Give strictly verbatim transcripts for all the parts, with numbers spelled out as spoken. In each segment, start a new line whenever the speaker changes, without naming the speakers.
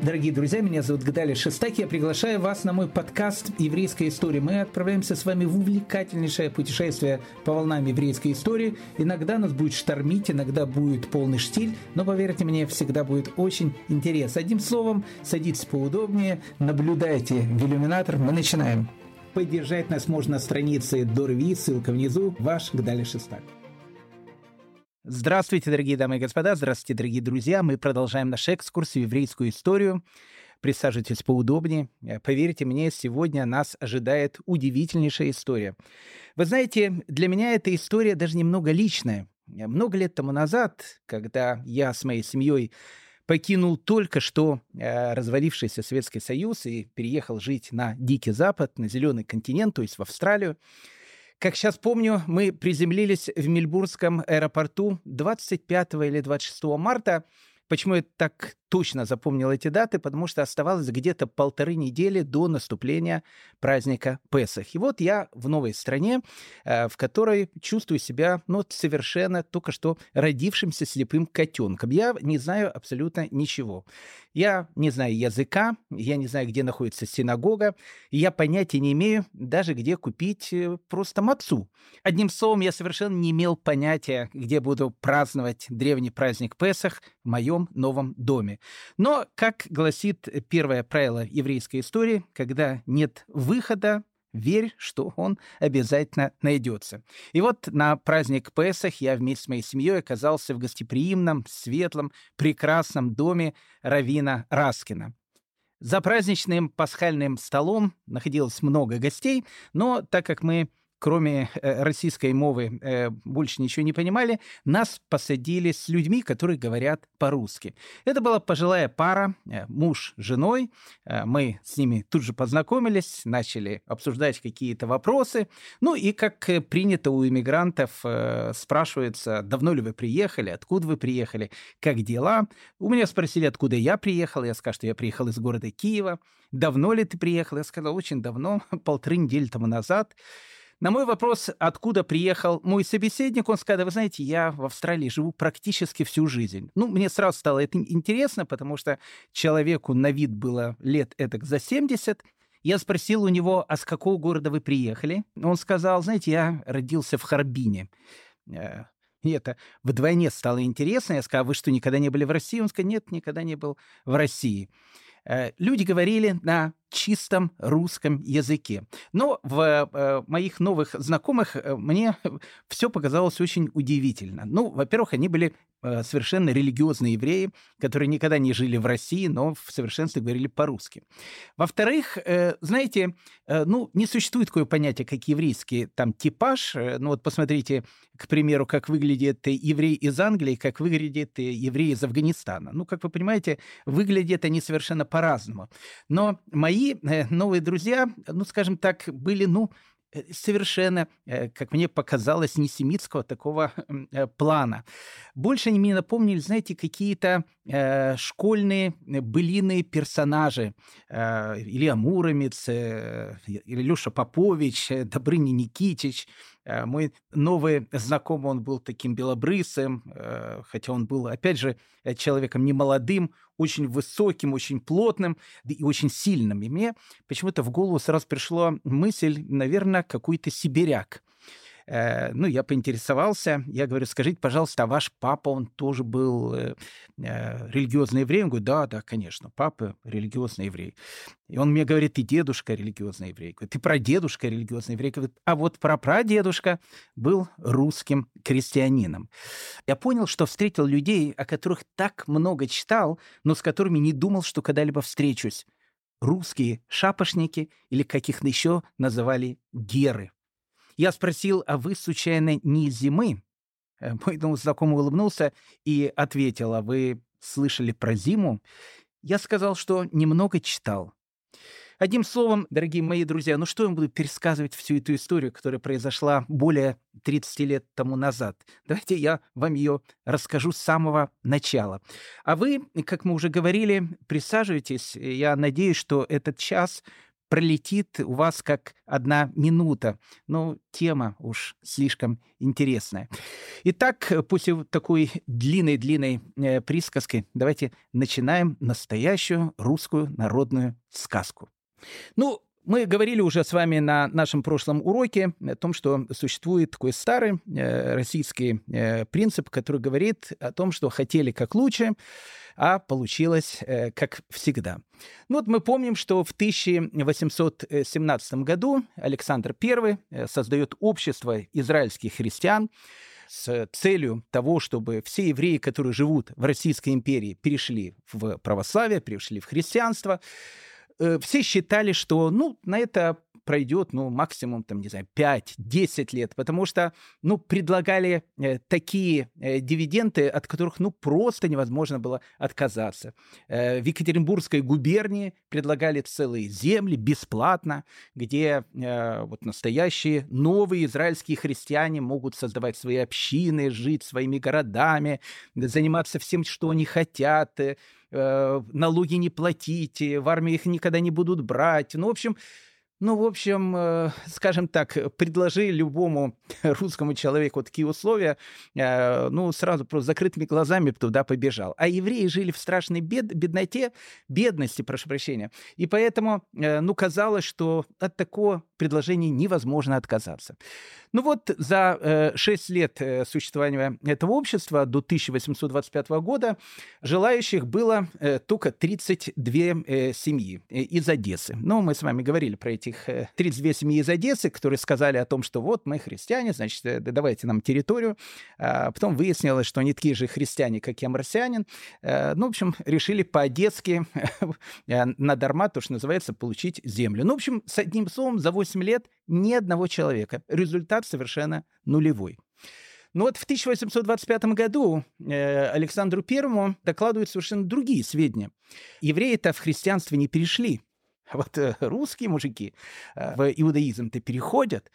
Дорогие друзья, меня зовут Гдалия Шестак, я приглашаю вас на мой подкаст «Еврейская история». Мы отправляемся с вами в увлекательнейшее путешествие по волнам еврейской истории. Иногда нас будет штормить, иногда будет полный штиль, но, поверьте мне, всегда будет очень интересно. Одним словом, садитесь поудобнее, наблюдайте в иллюминатор. Мы начинаем. Поддержать нас можно на странице Дорви, ссылка внизу, ваш Гдалия Шестак. Здравствуйте, дорогие дамы и господа, здравствуйте, дорогие друзья. Мы продолжаем наш экскурс в еврейскую историю. Присаживайтесь поудобнее. Поверьте мне, сегодня нас ожидает удивительнейшая история. Вы знаете, для меня эта история даже немного личная. Много лет тому назад, когда я с моей семьей покинул только что развалившийся Советский Союз и переехал жить на Дикий Запад, на Зеленый континент, то есть в Австралию, как сейчас помню, мы приземлились в Мельбурнском аэропорту двадцать пятого или двадцать шестого марта. Почему я так точно запомнил эти даты? Потому что оставалось где-то полторы недели до наступления праздника Песах. И вот я в новой стране, в которой чувствую себя ну, совершенно только что родившимся слепым котенком. Я не знаю абсолютно ничего. Я не знаю языка, я не знаю, где находится синагога, и я понятия не имею даже, где купить просто мацу. Одним словом, я совершенно не имел понятия, где буду праздновать древний праздник Песах в моем новом доме. Но, как гласит первое правило еврейской истории, когда нет выхода, верь, что он обязательно найдется. И вот на праздник Песах я вместе с моей семьей оказался в гостеприимном, светлом, прекрасном доме раввина Раскина. За праздничным пасхальным столом находилось много гостей, но так как мы кроме э, российской мовы, э, больше ничего не понимали, нас посадили с людьми, которые говорят по-русски. Это была пожилая пара, э, муж с женой. Э, мы с ними тут же познакомились, начали обсуждать какие-то вопросы. Ну и, как принято у иммигрантов, э, спрашивается, давно ли вы приехали, откуда вы приехали, как дела. У меня спросили, откуда я приехал. Я сказал, что я приехал из города Киева. Давно ли ты приехал? Я сказал, очень давно, полторы недели тому назад. На мой вопрос, откуда приехал мой собеседник, он сказал, да вы знаете, я в Австралии живу практически всю жизнь. Ну, мне сразу стало это интересно, потому что человеку на вид было лет этак за семьдесят. Я спросил у него, а с какого города вы приехали? Он сказал, знаете, я родился в Харбине. И это вдвойне стало интересно. Я сказал, вы что, никогда не были в России? Он сказал, нет, никогда не был в России. Люди говорили на чистом русском языке. Но в э, моих новых знакомых э, мне все показалось очень удивительно. Ну, во-первых, они были э, совершенно религиозные евреи, которые никогда не жили в России, но в совершенстве говорили по-русски. Во-вторых, э, знаете, э, ну, не существует такое понятие, как еврейский там типаж. Э, ну, вот посмотрите, к примеру, как выглядит еврей из Англии, как выглядит еврей из Афганистана. Ну, как вы понимаете, выглядят они совершенно по-разному. Но мои новые друзья, ну, скажем так, были, ну, совершенно, как мне показалось, не семитского такого плана. Больше они мне напомнили, знаете, какие-то э, школьные былиные персонажи. Э, Илья Муромец, э, Илюша Попович, э, Добрыня Никитич. Э, мой новый знакомый, он был таким белобрысым, э, хотя он был, опять же, человеком немолодым, очень высоким, очень плотным и очень сильным. И мне почему-то в голову сразу пришла мысль, наверное, какой-то сибиряк. Э, ну, я поинтересовался, я говорю, скажите, пожалуйста, а ваш папа, он тоже был э, э, религиозный еврей? Он говорит, да, да, конечно, папа религиозный еврей. И он мне говорит, и дедушка религиозный еврей. Говорит, и прадедушка религиозный еврей. Говорит, а вот прапрадедушка был русским крестьянином. Я понял, что встретил людей, о которых так много читал, но с которыми не думал, что когда-либо встречусь. Русские шапошники, или как их еще называли, геры. Я спросил, а вы, случайно, не из зимы? Мой новый знакомый улыбнулся и ответил, а вы слышали про зиму? Я сказал, что немного читал. Одним словом, дорогие мои друзья, ну что я буду пересказывать всю эту историю, которая произошла более тридцати лет тому назад? Давайте я вам ее расскажу с самого начала. А вы, как мы уже говорили, присаживайтесь. Я надеюсь, что этот час пролетит у вас как одна минута. Но тема уж слишком интересная. Итак, после такой длинной-длинной э, присказки давайте начинаем настоящую русскую народную сказку. Ну, мы говорили уже с вами на нашем прошлом уроке о том, что существует такой старый э, российский э, принцип, который говорит о том, что хотели как лучше, а получилось э, как всегда. Ну вот мы помним, что в тысяча восемьсот семнадцатом году Александр Первый э, создает общество израильских христиан с целью того, чтобы все евреи, которые живут в Российской империи, перешли в православие, перешли в христианство. Все считали, что, ну, на это пройдет, ну, максимум, там, не знаю, пять-десять лет, потому что, ну, предлагали э, такие э, дивиденды, от которых, ну, просто невозможно было отказаться. Э, в Екатеринбургской губернии предлагали целые земли бесплатно, где э, вот настоящие новые израильские христиане могут создавать свои общины, жить своими городами, заниматься всем, что они хотят, э, налоги не платить, в армии их никогда не будут брать. Ну, в общем, ну, в общем, э, скажем так, предложи любому русскому человеку такие условия, э, ну, сразу просто закрытыми глазами туда побежал. А евреи жили в страшной бед, бедноте, бедности, прошу прощения. И поэтому, э, ну, казалось, что от такого предложения невозможно отказаться. Ну вот за э, шесть лет э, существования этого общества до тысяча восемьсот двадцать пятого года желающих было э, только тридцать две э, семьи э, из Одессы. Ну, мы с вами говорили про этих э, тридцать две семьи из Одессы, которые сказали о том, что вот мы христиане, значит, э, давайте нам территорию. А потом выяснилось, что они такие же христиане, как я, марсианин. Э, ну, в общем, решили по-одесски э, надарма, то, что называется, получить землю. Ну, в общем, с одним словом, за восемь лет ни одного человека. Результат совершенно нулевой. Но вот в тысяча восемьсот двадцать пятом году э, Александру Первому докладывают совершенно другие сведения. Евреи-то в христианство не перешли. А вот э, русские мужики э, в иудаизм-то переходят.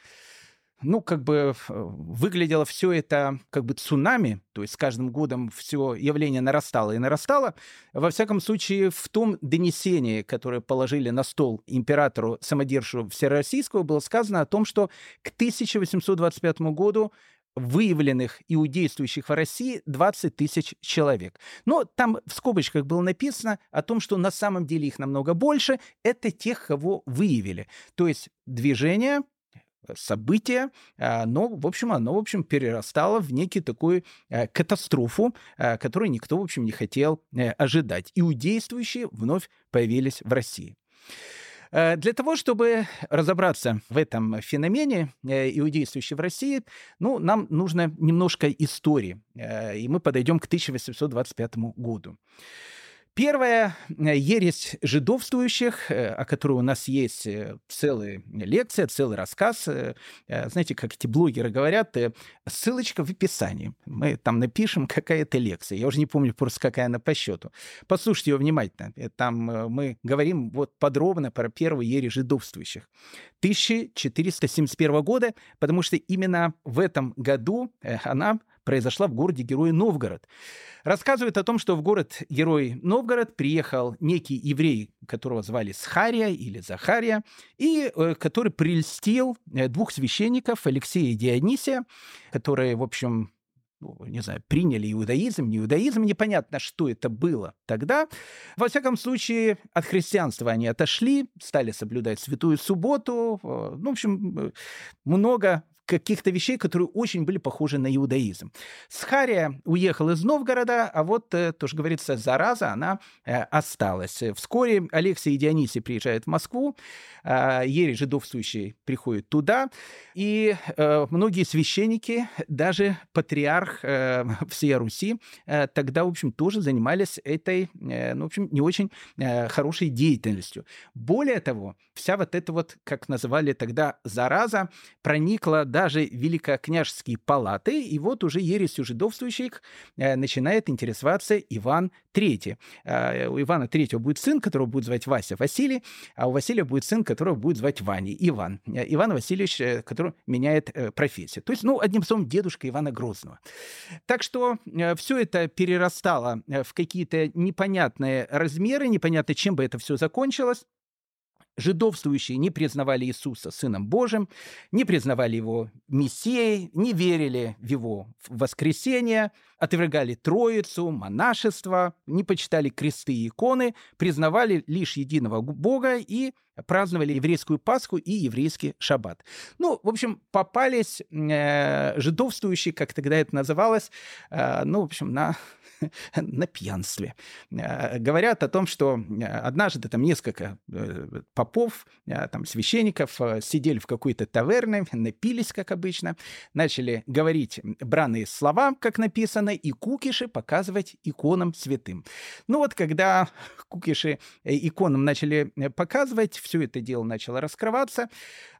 Ну, как бы выглядело все это как бы цунами, то есть с каждым годом все явление нарастало и нарастало. Во всяком случае, в том донесении, которое положили на стол императору самодержцу Всероссийского, было сказано о том, что к тысяча восемьсот двадцать пятому году выявленных иудействующих в России двадцать тысяч человек. Но там в скобочках было написано о том, что на самом деле их намного больше. Это тех, кого выявили. То есть движение, событие, но, в общем, оно, в общем, перерастало в некий такую катастрофу, которую никто, в общем, не хотел ожидать. Иудействующие вновь появились в России. Для того, чтобы разобраться в этом феномене иудействующей в России, ну, нам нужно немножко истории, и мы подойдем к тысяча восемьсот двадцать пятому году. Первая ересь жидовствующих, о которой у нас есть целая лекция, целый рассказ. Знаете, как эти блогеры говорят, ссылочка в описании. Мы там напишем, какая это лекция. Я уже не помню просто, какая она по счету. Послушайте ее внимательно. Там мы говорим вот подробно про первую ересь жидовствующих. тысяча четыреста семьдесят первого года, потому что именно в этом году она произошла в городе-герое Новгород. Рассказывает о том, что в город-герой Новгород приехал некий еврей, которого звали Схария или Захария, и э, который прельстил двух священников, Алексея и Дионисия, которые, в общем, не знаю, приняли иудаизм, не иудаизм, непонятно, что это было тогда. Во всяком случае, от христианства они отошли, стали соблюдать Святую Субботу. Ну, в общем, много каких-то вещей, которые очень были похожи на иудаизм. Схария уехал из Новгорода, а вот, тоже говорится, зараза, она осталась. Вскоре Алексий и Дионисий приезжают в Москву, ересь жидовствующие приходят туда, и многие священники, даже патриарх всей Руси, тогда, в общем, тоже занимались этой, ну, в общем, не очень хорошей деятельностью. Более того, вся вот эта вот, как называли тогда, зараза, проникла даже в великокняжеские палаты, и вот уже ересью жидовствующих начинает интересоваться Иван Третий. У Ивана Третьего будет сын, которого будет звать Вася, Василий, а у Василия будет сын, которого будет звать Ваня, Иван. Иван Васильевич, который меняет профессию. То есть, ну, одним словом, дедушка Ивана Грозного. Так что все это перерастало в какие-то непонятные размеры, непонятно, чем бы это все закончилось. Жидовствующие не признавали Иисуса Сыном Божьим, не признавали Его Мессией, не верили в Его воскресение, отвергали Троицу, монашество, не почитали кресты и иконы, признавали лишь единого Бога и праздновали еврейскую Пасху и еврейский Шаббат. Ну, в общем, попались э, жидовствующие, как тогда это называлось, э, ну, в общем, на... на пьянстве. Говорят о том, что однажды там несколько попов, там, священников сидели в какой-то таверне, напились, как обычно, начали говорить бранные слова, как написано, и кукиши показывать иконам святым. Ну вот, когда кукиши иконам начали показывать, все это дело начало раскрываться,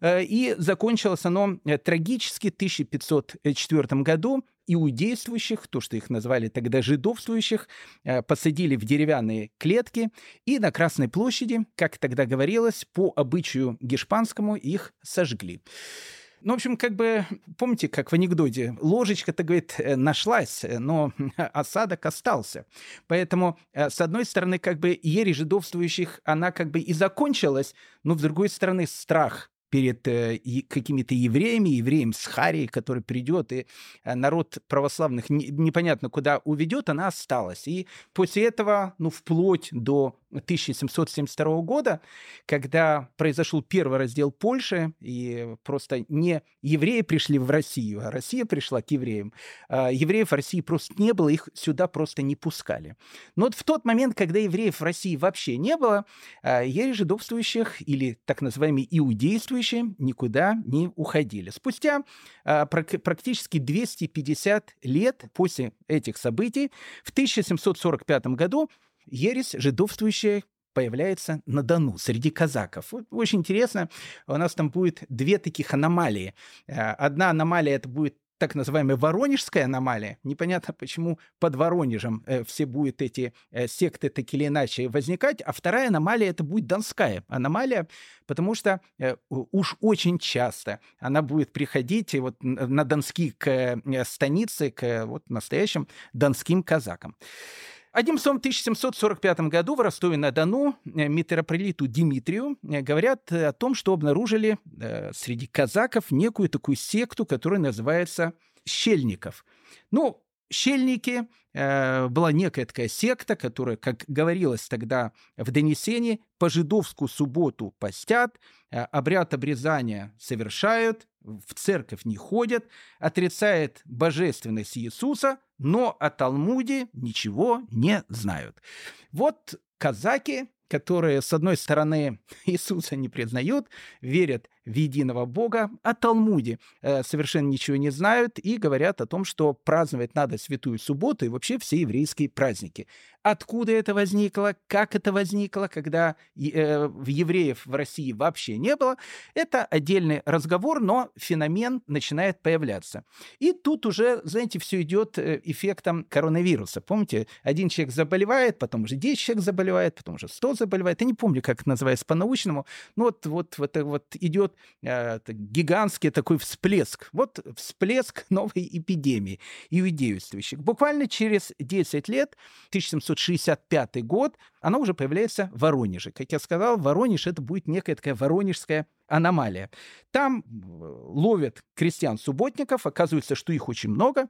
и закончилось оно трагически в тысяча пятьсот четвёртом году. Иудействующих, то, что их назвали тогда жидовствующих, посадили в деревянные клетки, и на Красной площади, как тогда говорилось, по обычаю гешпанскому их сожгли. Ну, в общем, как бы, помните, как в анекдоте, ложечка-то, говорит, нашлась, но осадок остался. Поэтому, с одной стороны, как бы ересь жидовствующих, она как бы и закончилась, но, с другой стороны, страх перед э, какими-то евреями, евреем с Харией, который придет, и э, народ православных не, непонятно куда уведет, она осталась. И после этого, ну, вплоть до тысяча семьсот семьдесят второго года, когда произошел первый раздел Польши, и просто не евреи пришли в Россию, а Россия пришла к евреям, э, евреев в России просто не было, их сюда просто не пускали. Но вот в тот момент, когда евреев в России вообще не было, э, ересь жидовствующих, или так называемые иудействующие, никуда не уходили. Спустя а, практически двести пятьдесят лет после этих событий, в тысяча семьсот сорок пятом году ересь жидовствующая появляется на Дону, среди казаков. Вот, очень интересно, у нас там будет две таких аномалии. Одна аномалия — это будет так называемая воронежская аномалия. Непонятно, почему под Воронежем э, все будут эти э, секты так или иначе возникать. А вторая аномалия — это будет донская аномалия, потому что э, уж очень часто она будет приходить и вот на донские к, э, станицы, к вот, настоящим донским казакам. Одним словом, в тысяча семьсот сорок пятом году в Ростове-на-Дону митрополиту Димитрию говорят о том, что обнаружили э, среди казаков некую такую секту, которая называется «Щельников». Ну, щельники э, была некая такая секта, которая, как говорилось тогда в донесении, по жидовскую субботу постят, э, обряд обрезания совершают, в церковь не ходят, отрицает божественность Иисуса, но о Талмуде ничего не знают. Вот казаки, которые, с одной стороны, Иисуса не признают, верят в единого Бога, о Талмуде э, совершенно ничего не знают и говорят о том, что праздновать надо Святую Субботу и вообще все еврейские праздники. Откуда это возникло, как это возникло, когда э, в евреев в России вообще не было, это отдельный разговор, но феномен начинает появляться. И тут уже, знаете, все идет эффектом коронавируса. Помните, один человек заболевает, потом уже десять человек заболевает, потом уже сто заболевает. Я не помню, как это называется по-научному, но вот, вот, вот, вот идет э, гигантский такой всплеск. Вот всплеск новой эпидемии иудействующих. Буквально через десять лет, тысяча семьсот шестьдесят пятый год, она уже появляется в Воронеже. Как я сказал, Воронеж — это будет некая такая воронежская аномалия. Там ловят крестьян-субботников, оказывается, что их очень много.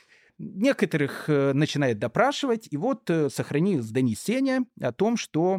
Некоторых э, начинает допрашивать, и вот э, сохранилось донесение о том, что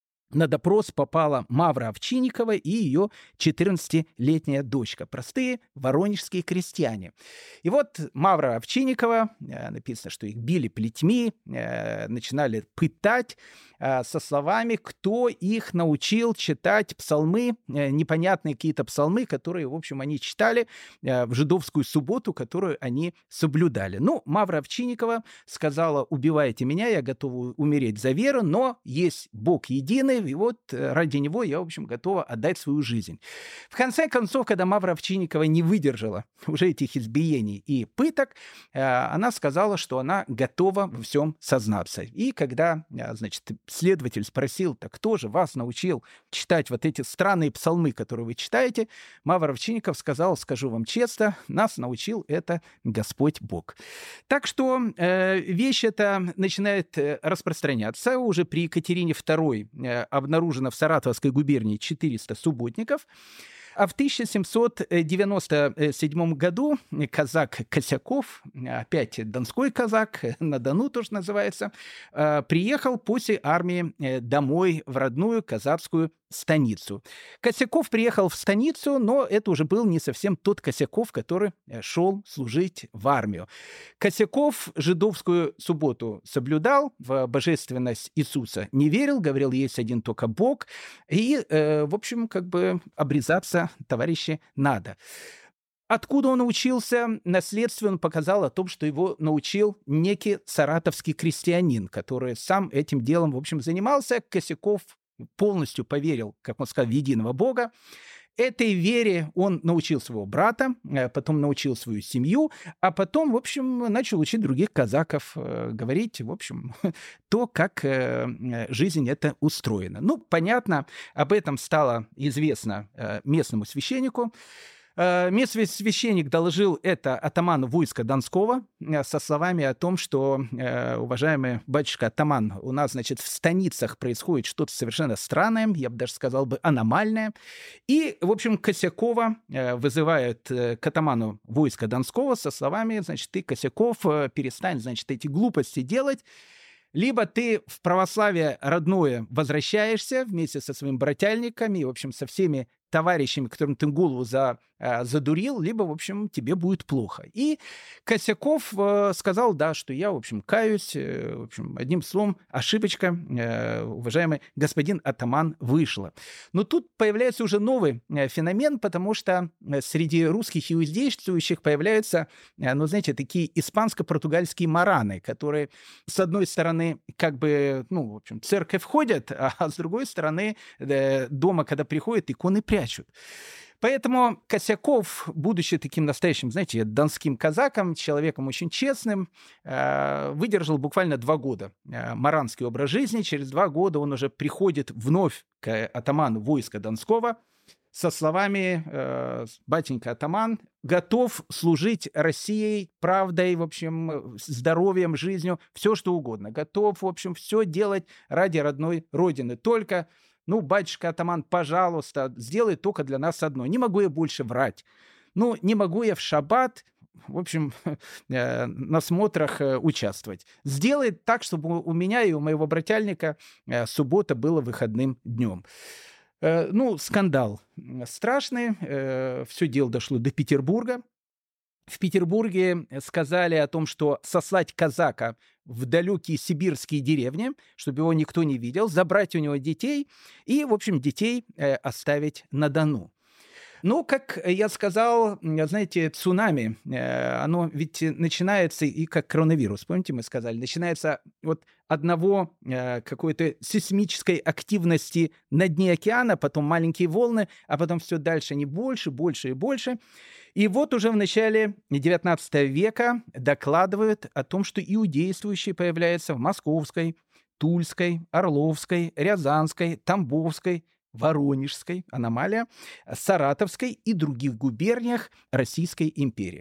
на допрос попала Мавра Овчинникова и ее четырнадцатилетняя дочка. Простые воронежские крестьяне. И вот Мавра Овчинникова, э, написано, что их били плетьми, э, начинали пытать э, со словами, кто их научил читать псалмы, э, непонятные какие-то псалмы, которые, в общем, они читали э, в жидовскую субботу, которую они соблюдали. Ну, Мавра Овчинникова сказала: убивайте меня, я готова умереть за веру, но есть Бог единый, и вот ради него я, в общем, готова отдать свою жизнь. В конце концов, когда Мавра Овчинникова не выдержала уже этих избиений и пыток, она сказала, что она готова во всем сознаться. И когда, значит, следователь спросил: так кто же вас научил читать вот эти странные псалмы, которые вы читаете, Мавра Овчинников сказал: скажу вам честно, нас научил это Господь Бог. Так что э, вещь эта начинает распространяться. Уже при Екатерине второй обнаружено в Саратовской губернии четыреста субботников. А в тысяча семьсот девяносто седьмом году казак Косяков, опять донской казак, на Дону тоже называется, приехал после армии домой в родную казацкую станицу. Косяков приехал в станицу, но это уже был не совсем тот Косяков, который шел служить в армию. Косяков жидовскую субботу соблюдал, в божественность Иисуса не верил, говорил, есть один только Бог, и, в общем, как бы обрезаться, товарищи, надо. Откуда он научился? Наследствие он показал о том, что его научил некий саратовский крестьянин, который сам этим делом, в общем, занимался. Косяков полностью поверил, как он сказал, в единого Бога. Этой вере он научил своего брата, потом научил свою семью, а потом, в общем, начал учить других казаков, говорить, в общем, то, как жизнь эта устроена. Ну, понятно, об этом стало известно местному священнику. Местный священник доложил это атаману войска Донского со словами о том, что, уважаемый батюшка атаман, у нас, значит, в станицах происходит что-то совершенно странное, я бы даже сказал бы аномальное. И, в общем, Косякова вызывают к атаману войска Донского со словами, значит, ты, Косяков, перестань, значит, эти глупости делать. Либо ты в православие родное возвращаешься вместе со своими брательниками, в общем, со всеми товарищами, которым ты голову за, э, задурил, либо, в общем, тебе будет плохо. И Косяков э, сказал, да, что я, в общем, каюсь, э, в общем, одним словом, ошибочка, э, уважаемый господин атаман, вышла. Но тут появляется уже новый э, феномен, потому что среди русских иудействующих появляются, э, ну, знаете, такие испанско-португальские мараны, которые, с одной стороны, как бы, ну, в общем, в церковь ходят, а с другой стороны, э, дома, когда приходят, иконы прячут. Поэтому Косяков, будучи таким настоящим, знаете, донским казаком, человеком очень честным, выдержал буквально два года маранский образ жизни. Через два года он уже приходит вновь к атаману войска Донского со словами «Батенька атаман, готов служить Россией правдой, в общем, здоровьем, жизнью, все что угодно. Готов, в общем, все делать ради родной родины. Только... Ну, батюшка атаман, пожалуйста, сделай только для нас одно. Не могу я больше врать. Ну, не могу я в шаббат, в общем, на смотрах участвовать. Сделай так, чтобы у меня и у моего брательника суббота была выходным днем. Ну, скандал страшный. Все дело дошло до Петербурга. В Петербурге сказали о том, что сослать казака в далекие сибирские деревни, чтобы его никто не видел, забрать у него детей и, в общем, детей э, оставить на Дону. Но, как я сказал, знаете, цунами, э, оно ведь начинается и как коронавирус, помните, мы сказали, начинается от одного э, какой-то сейсмической активности на дне океана, потом маленькие волны, а потом все дальше, они больше, больше и больше. И вот уже в начале девятнадцатого века докладывают о том, что иудействующие появляются в Московской, Тульской, Орловской, Рязанской, Тамбовской, Воронежской, аномалия, Саратовской и других губерниях Российской империи.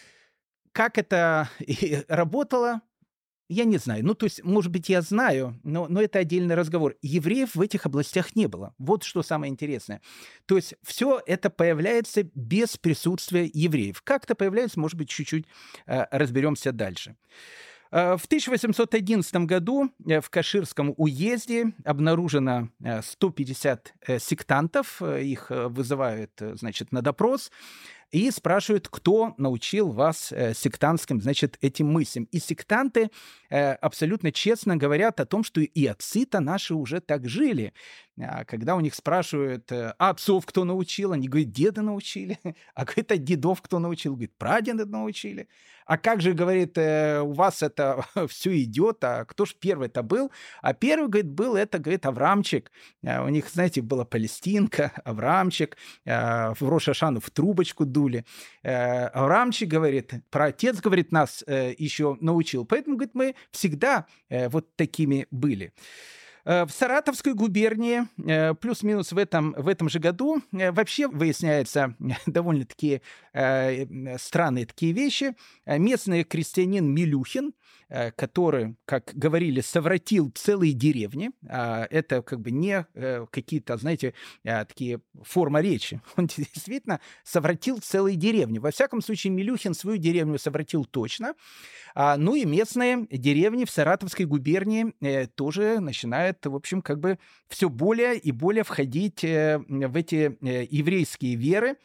Как это работало, я не знаю. Ну, то есть, может быть, я знаю, но, но это отдельный разговор. Евреев в этих областях не было. Вот что самое интересное. То есть, все это появляется без присутствия евреев. Как-то появляется, может быть, чуть-чуть э, разберемся дальше. В тысяча восемьсот одиннадцатом году в Каширском уезде обнаружено сто пятьдесят сектантов. Их вызывают, значит, на допрос и спрашивают, кто научил вас сектантским, значит, этим мыслям. И сектанты абсолютно честно говорят о том, что и отцы-то наши уже так жили. Когда у них спрашивают, а отцов кто научил, они говорят, деда научили. А говорит, а дедов кто научил? Говорит, прадеда научили. А как же, говорит, у вас это все идет, а кто ж первый-то был? А первый, говорит, был это, говорит, Аврамчик. У них, знаете, была Палестинка, Аврамчик, в Рош ха-Шану в трубочку дули. Аврамчик, говорит, праотец, говорит, нас еще научил. Поэтому, говорит, мы всегда вот такими были. В Саратовской губернии плюс-минус в этом, в этом же году вообще выясняются довольно-таки странные такие вещи. Местный крестьянин Милюхин э, который, как говорили, совратил целые деревни. А это как бы не э, какие-то, знаете, э, такие форма речи. Он действительно совратил целые деревни. Во всяком случае, Милюхин свою деревню совратил точно. А, ну и местные деревни в Саратовской губернии э, тоже начинают, в общем, как бы все более и более входить э, в эти э, еврейские веры.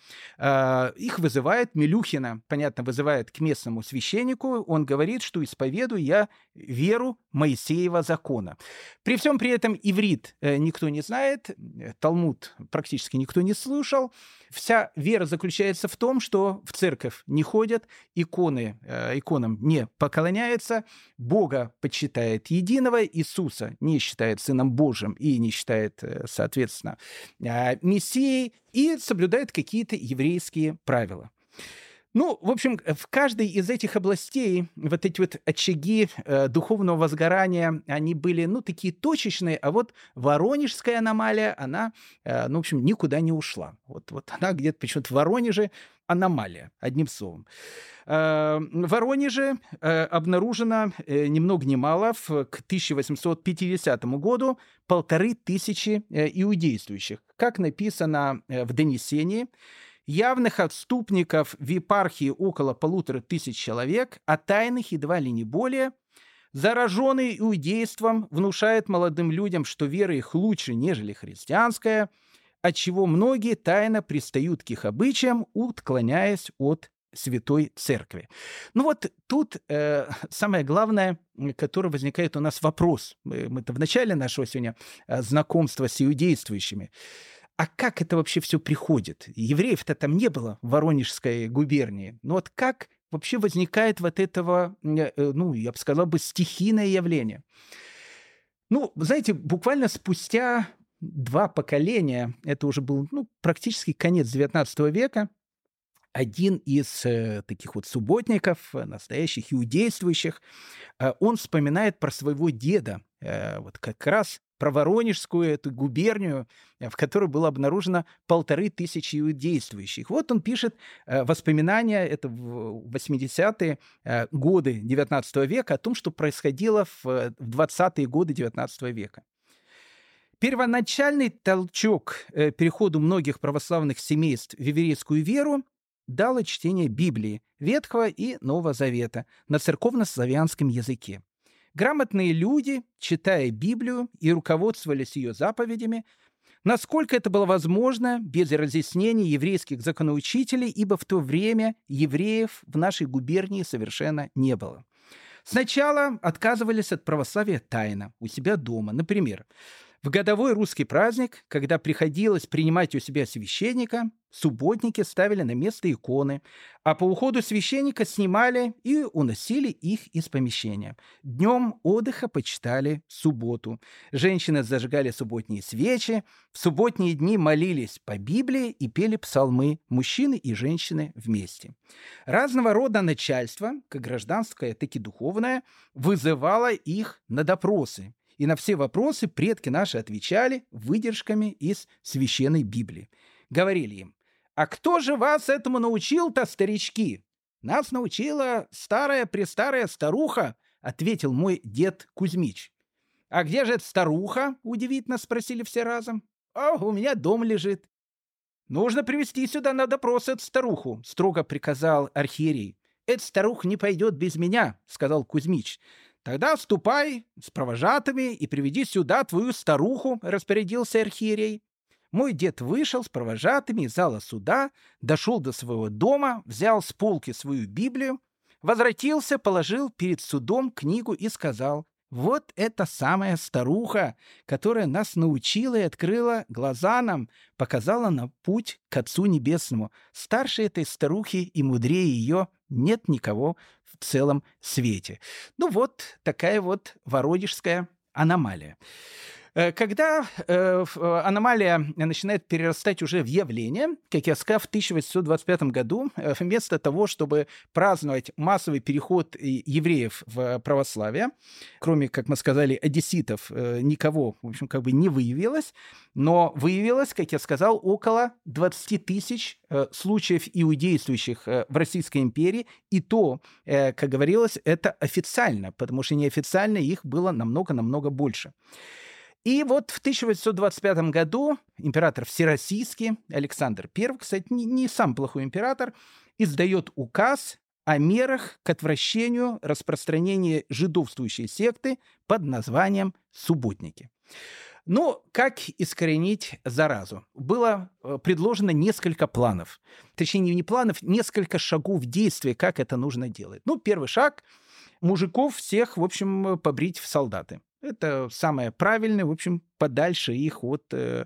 А, их вызывает Милюхина, понятно, вызывает к местному священнику. Он говорит, что исповедую я веру Моисеева закона. При всем при этом иврит э, никто не знает, э, Талмуд практически никто не слушал. Вся вера заключается в том, что в церковь не ходят, иконы, э, иконам не поклоняется, Бога почитает единого, Иисуса не считает Сыном Божьим и не считает, соответственно, Мессией, и соблюдает какие-то еврейские правила. Ну, в общем, в каждой из этих областей вот эти вот очаги э, духовного возгорания, они были, ну, такие точечные, а вот воронежская аномалия, она, э, ну, в общем, никуда не ушла. Вот, вот она где-то почему-то в Воронеже аномалия, одним словом. Э, в Воронеже э, обнаружено э, ни много ни мало в, к тысяча восемьсот пятидесятому году полторы тысячи э, иудействующих. Как написано э, в донесении, явных отступников в епархии около полутора тысяч человек, а тайных едва ли не более. Зараженные иудейством внушают молодым людям, что вера их лучше, нежели христианская, отчего многие тайно пристают к их обычаям, отклоняясь от Святой Церкви. Ну вот тут э, самое главное, которое возникает у нас вопрос. Мы, мы-то в начале нашего сегодня э, знакомства с иудействующими. А как это вообще все приходит? Евреев-то там не было в Воронежской губернии. Но вот как вообще возникает вот этого, ну, я бы сказал бы, стихийное явление? Ну, знаете, буквально спустя два поколения, это уже был, ну, практически конец девятнадцатого века, один из э, таких вот субботников, настоящих иудействующих, э, он вспоминает про своего деда, э, вот как раз про Воронежскую эту губернию, в которой было обнаружено полторы тысячи иудействующих. Вот он пишет э, воспоминания, это в восьмидесятые э, годы девятнадцатого века, о том, что происходило в, в двадцатые годы девятнадцатого века. Первоначальный толчок э, переходу многих православных семейств в еврейскую веру дало чтение Библии, Ветхого и Нового Завета на церковно-славянском языке. Грамотные люди, читая Библию и руководствовались ее заповедями, насколько это было возможно, без разъяснений еврейских законоучителей, ибо в то время евреев в нашей губернии совершенно не было. Сначала отказывались от православия тайно, у себя дома. Например, в годовой русский праздник, когда приходилось принимать у себя священника, субботники ставили на место иконы, а по уходу священника снимали и уносили их из помещения. Днем отдыха почитали субботу. Женщины зажигали субботние свечи, в субботние дни молились по Библии и пели псалмы, мужчины и женщины вместе. Разного рода начальство, как гражданское, так и духовное, вызывало их на допросы. И на все вопросы предки наши отвечали выдержками из Священной Библии. Говорили им: «А кто же вас этому научил-то, старички?» «Нас научила старая-престарая старуха», — ответил мой дед Кузьмич. «А где же эта старуха?» — удивительно спросили все разом. «О, у меня дом лежит». «Нужно привести сюда на допрос эту старуху», — строго приказал архиерей. «Эта старуха не пойдет без меня», — сказал Кузьмич. «Тогда ступай с провожатыми и приведи сюда твою старуху», — распорядился архиерей. Мой дед вышел с провожатыми из зала суда, дошел до своего дома, взял с полки свою Библию, возвратился, положил перед судом книгу и сказал: «Вот это самая старуха, которая нас научила и открыла глаза нам, показала нам путь к Отцу Небесному. Старше этой старухи и мудрее ее нет никого в целом свете». Ну вот такая вот воронежская аномалия. Когда э, аномалия начинает перерастать уже в явление, как я сказал, в тысяча восемьсот двадцать пятом году, э, вместо того, чтобы праздновать массовый переход евреев в православие, кроме, как мы сказали, одесситов, э, никого, в общем, как бы не выявилось, но выявилось, как я сказал, около двадцати тысяч э, случаев иудействующих э, в Российской империи, и то, э, как говорилось, это официально, потому что неофициально их было намного-намного больше. И вот в тысяча восемьсот двадцать пятом году император Всероссийский, Александр Первый, кстати, не, не сам плохой император, издает указ о мерах к отвращению распространения жидовствующей секты под названием «субботники». Ну, как искоренить заразу? Было предложено несколько планов. Точнее, не планов, несколько шагов действия, как это нужно делать. Ну, первый шаг – мужиков всех, в общем, побрить в солдаты. Это самое правильное, в общем, подальше их от э,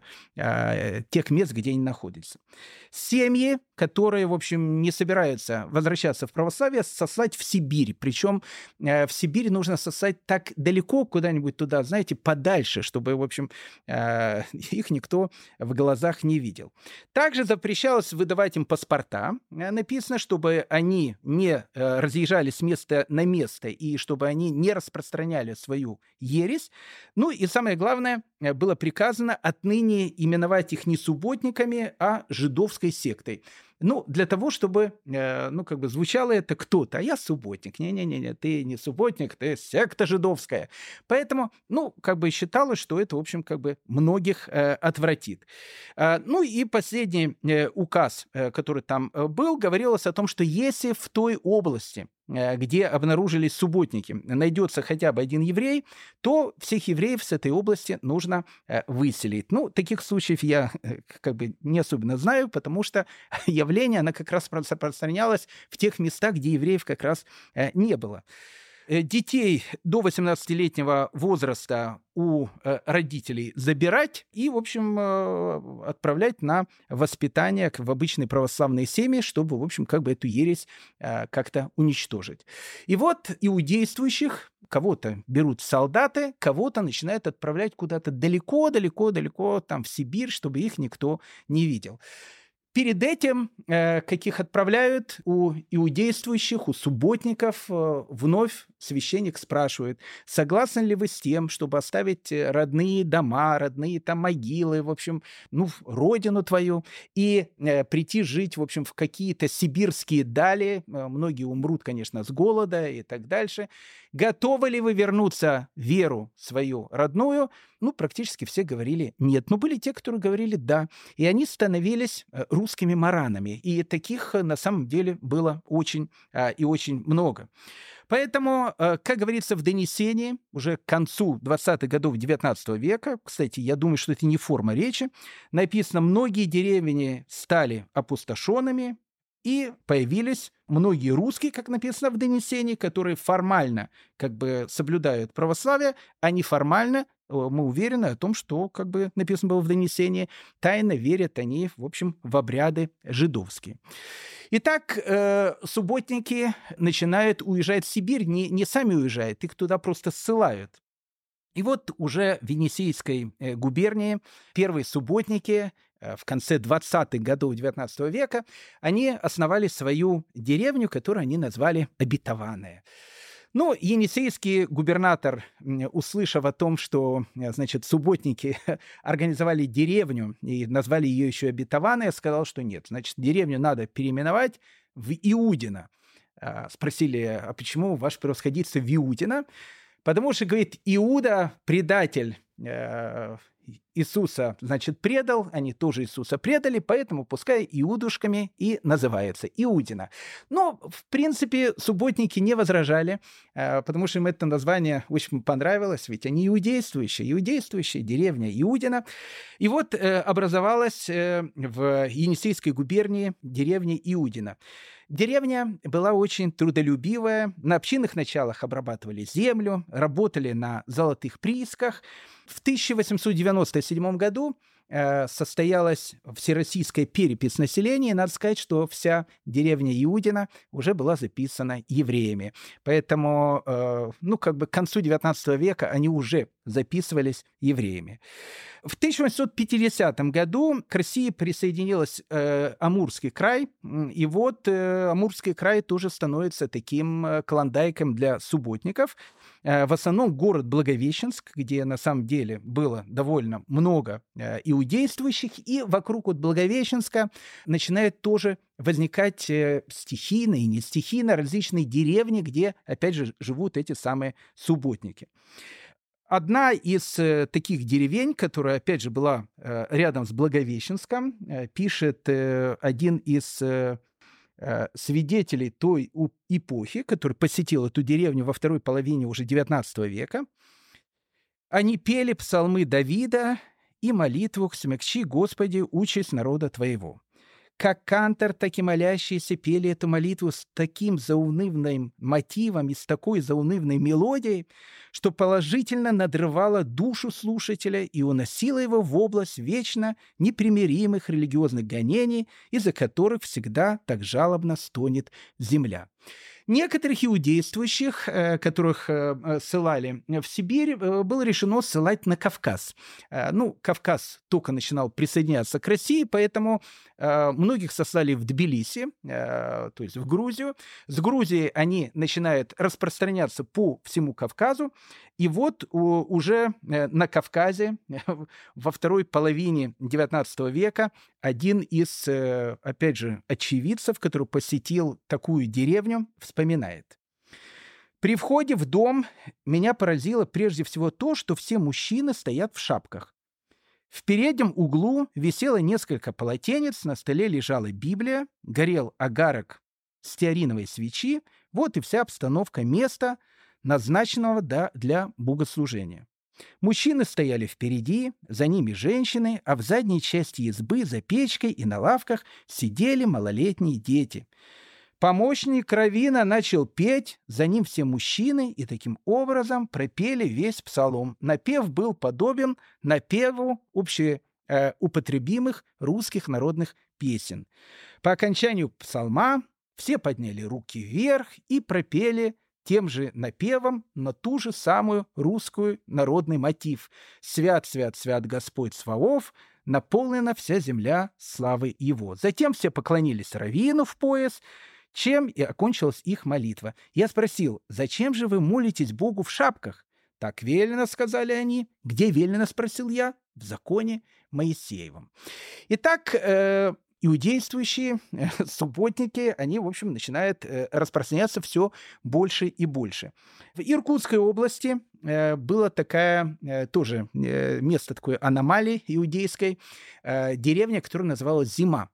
э, тех мест, где они находятся. Семьи, которые, в общем, не собираются возвращаться в православие, сослать в Сибирь. Причем э, в Сибирь нужно сослать так далеко, куда-нибудь туда, знаете, подальше, чтобы, в общем, э, их никто в глазах не видел. Также запрещалось выдавать им паспорта. Написано, чтобы они не э, разъезжали с места на место и чтобы они не распространяли свою ересь. Ну и самое главное, было приказано отныне именовать их не субботниками, а жидовской сектой. Ну, для того, чтобы, э, ну, как бы звучало это кто-то, а я субботник. Не-не-не, ты не субботник, ты секта жидовская. Поэтому, ну, как бы считалось, что это, в общем, как бы многих э, отвратит. Э, ну, и последний э, указ, э, который там был, говорилось о том, что если в той области, где обнаружились субботники, найдется хотя бы один еврей, то всех евреев с этой области нужно выселить. Ну, таких случаев я как бы не особенно знаю, потому что явление, оно как раз распространялось в тех местах, где евреев как раз не было. Детей до восемнадцатилетнего возраста у родителей забирать и, в общем, отправлять на воспитание в обычные православные семьи, чтобы, в общем, как бы эту ересь как-то уничтожить. И вот иудействующих кого-то берут в солдаты, кого-то начинают отправлять куда-то далеко-далеко-далеко, там, в Сибирь, чтобы их никто не видел. Перед этим, э, каких отправляют, у иудействующих, у субботников, э, вновь священник спрашивает, согласны ли вы с тем, чтобы оставить родные дома, родные там могилы, в общем, ну, родину твою, и э, прийти жить, в общем, в какие-то сибирские дали, э, многие умрут, конечно, с голода и так дальше. Готовы ли вы вернуться в веру свою родную? Ну, практически все говорили нет. Но были те, которые говорили да. И они становились русскими маранами. И таких на самом деле было очень и очень много. Поэтому, как говорится в донесении, уже к концу двадцатых годов девятнадцатого века, кстати, я думаю, что это не форма речи, написано, многие деревни стали опустошенными, и появились многие русские, как написано в донесении, которые формально как бы соблюдают православие, а неформально, мы уверены о том, что, как бы написано было в донесении, тайно верят они, в общем, в обряды жидовские. Итак, э, субботники начинают уезжать в Сибирь, не, не сами уезжают, их туда просто ссылают. И вот уже в Енисейской э, губернии первые субботники в конце двадцатых годов девятнадцатого века, они основали свою деревню, которую они назвали Обетованная. Ну, енисейский губернатор, услышав о том, что, значит, субботники организовали деревню и назвали ее еще Обетованная, сказал, что нет, значит, деревню надо переименовать в Иудино. Спросили, а почему ваше превосходительство в Иудино? Потому что, говорит, Иуда, предатель, Иисуса, значит, предал, они тоже Иисуса предали, поэтому пускай иудушками и называется Иудино. Но, в принципе, субботники не возражали, потому что им это название очень понравилось, ведь они иудействующие, иудействующая деревня Иудино. И вот образовалась в Енисейской губернии деревня Иудино. Деревня была очень трудолюбивая. На общинных началах обрабатывали землю, работали на золотых приисках. В тысяча восемьсот девяносто седьмом году э, состоялась всероссийская перепись населения. Надо сказать, что вся деревня Иудина уже была записана евреями. Поэтому, э, ну, как бы к концу девятнадцатого века они уже записывались евреями. В тысяча восемьсот пятидесятом году к России присоединился э, Амурский край, и вот э, Амурский край тоже становится таким э, клондайком для субботников. Э, в основном город Благовещенск, где на самом деле было довольно много э, иудействующих, и вокруг вот Благовещенска начинают тоже возникать э, стихийно и не стихийно различные деревни, где, опять же, живут эти самые субботники. Одна из э, таких деревень, которая, опять же, была э, рядом с Благовещенском, э, пишет э, один из э, э, свидетелей той у- эпохи, который посетил эту деревню во второй половине уже девятнадцатого века. Они пели псалмы Давида и молитву «Смягчи, Господи, участь народа Твоего». Как кантор, так и молящиеся пели эту молитву с таким заунывным мотивом и с такой заунывной мелодией, что положительно надрывала душу слушателя и уносила его в область вечно непримиримых религиозных гонений, из-за которых всегда так жалобно стонет земля. Некоторых иудействующих, э, которых э, э, ссылали в Сибирь, э, было решено ссылать на Кавказ. Э, Ну, Кавказ только начинал присоединяться к России, поэтому э, многих сослали в Тбилиси, э, то есть в Грузию. С Грузии они начинают распространяться по всему Кавказу. И вот у- уже э, на Кавказе во второй половине девятнадцатого века один из, э, опять же, очевидцев, который посетил такую деревню, вспоминает. При входе в дом меня поразило прежде всего то, что все мужчины стоят в шапках. В переднем углу висело несколько полотенец, на столе лежала Библия, горел огарок стеариновой свечи, вот и вся обстановка места, назначенного да- для богослужения. Мужчины стояли впереди, за ними женщины, а в задней части избы за печкой и на лавках сидели малолетние дети. Помощник раввина начал петь, за ним все мужчины, и таким образом пропели весь псалом. Напев был подобен напеву общеупотребимых русских народных песен. По окончанию псалма все подняли руки вверх и пропели тем же напевом на ту же самую русскую народный мотив. «Свят, свят, свят Господь Саваоф, наполнена вся земля славы Его». Затем все поклонились раввину в пояс, чем и окончилась их молитва. Я спросил: «Зачем же вы молитесь Богу в шапках?» «Так велено», — сказали они. «Где велено?» — спросил я. «В законе Моисеевом». Итак, э, иудействующие э, субботники, они, в общем, начинают э, распространяться все больше и больше. В Иркутской области э, было такая, э, тоже э, место такой аномалии иудейской, э, деревня, которая называлась Зима.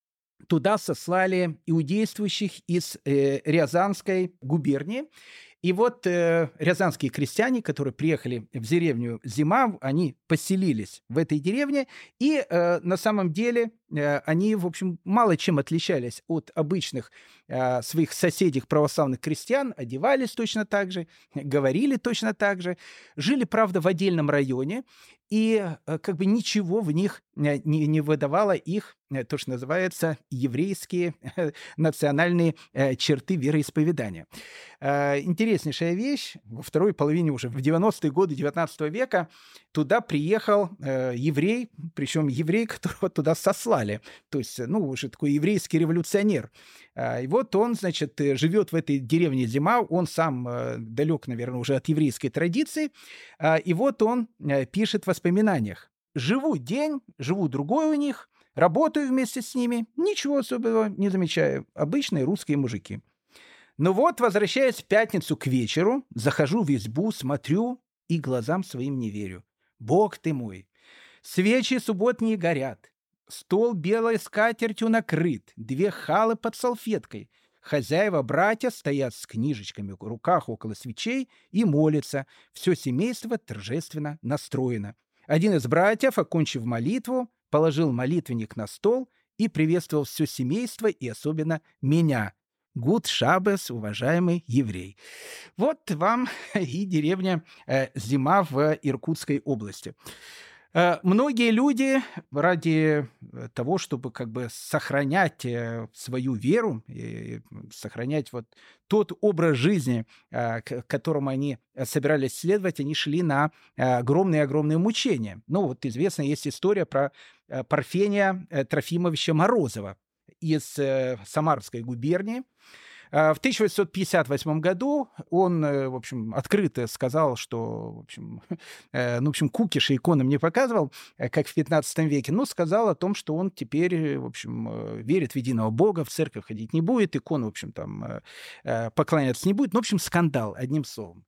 Туда сослали иудействующих из э, Рязанской губернии. И вот э, рязанские крестьяне, которые приехали в деревню Зима, они поселились в этой деревне, и э, на самом деле э, они, в общем, мало чем отличались от обычных э, своих соседей православных крестьян, одевались точно так же, говорили точно так же, жили, правда, в отдельном районе, и э, как бы ничего в них э, не, не выдавало их, э, то, что называется, еврейские э, национальные э, черты вероисповедания. Э, интереснейшая вещь. Во второй половине уже, в девяностые годы девятнадцатого века, туда приехал э, еврей, причем еврей, которого туда сослали. То есть, ну, уже такой еврейский революционер. Э, и вот он, значит, э, живет в этой деревне Зима, он сам э, далек, наверное, уже от еврейской традиции. Э, и вот он э, пишет в воспоминаниях: «Живу день, живу другой у них, работаю вместе с ними, ничего особенного не замечаю. Обычные русские мужики. Но вот, возвращаясь в пятницу к вечеру, захожу в избу, смотрю и глазам своим не верю. Бог ты мой! Свечи субботние горят, стол белой скатертью накрыт, две халы под салфеткой. Хозяева-братья стоят с книжечками в руках около свечей и молятся. Все семейство торжественно настроено. Один из братьев, окончив молитву, положил молитвенник на стол и приветствовал все семейство и особенно меня. Гуд Шабес, уважаемый еврей. Вот вам и деревня э, Зима в Иркутской области. Э, многие люди ради э, того, чтобы как бы сохранять э, свою веру и сохранять вот тот образ жизни, э, к которому они э, собирались следовать, они шли на э, огромные-огромные мучения. Ну, вот известна есть история про э, Парфения э, Трофимовича Морозова из э, Самарской губернии. А, В тысяча восемьсот пятьдесят восьмом году он, э, в общем, открыто сказал, что, в общем, э, ну, в общем, кукиш и иконам не показывал, э, как в пятнадцатом веке, но сказал о том, что он теперь, э, в общем, э, верит в единого Бога, в церковь ходить не будет, икон, в общем, там э, э, поклоняться не будет. Ну, в общем, скандал, одним словом.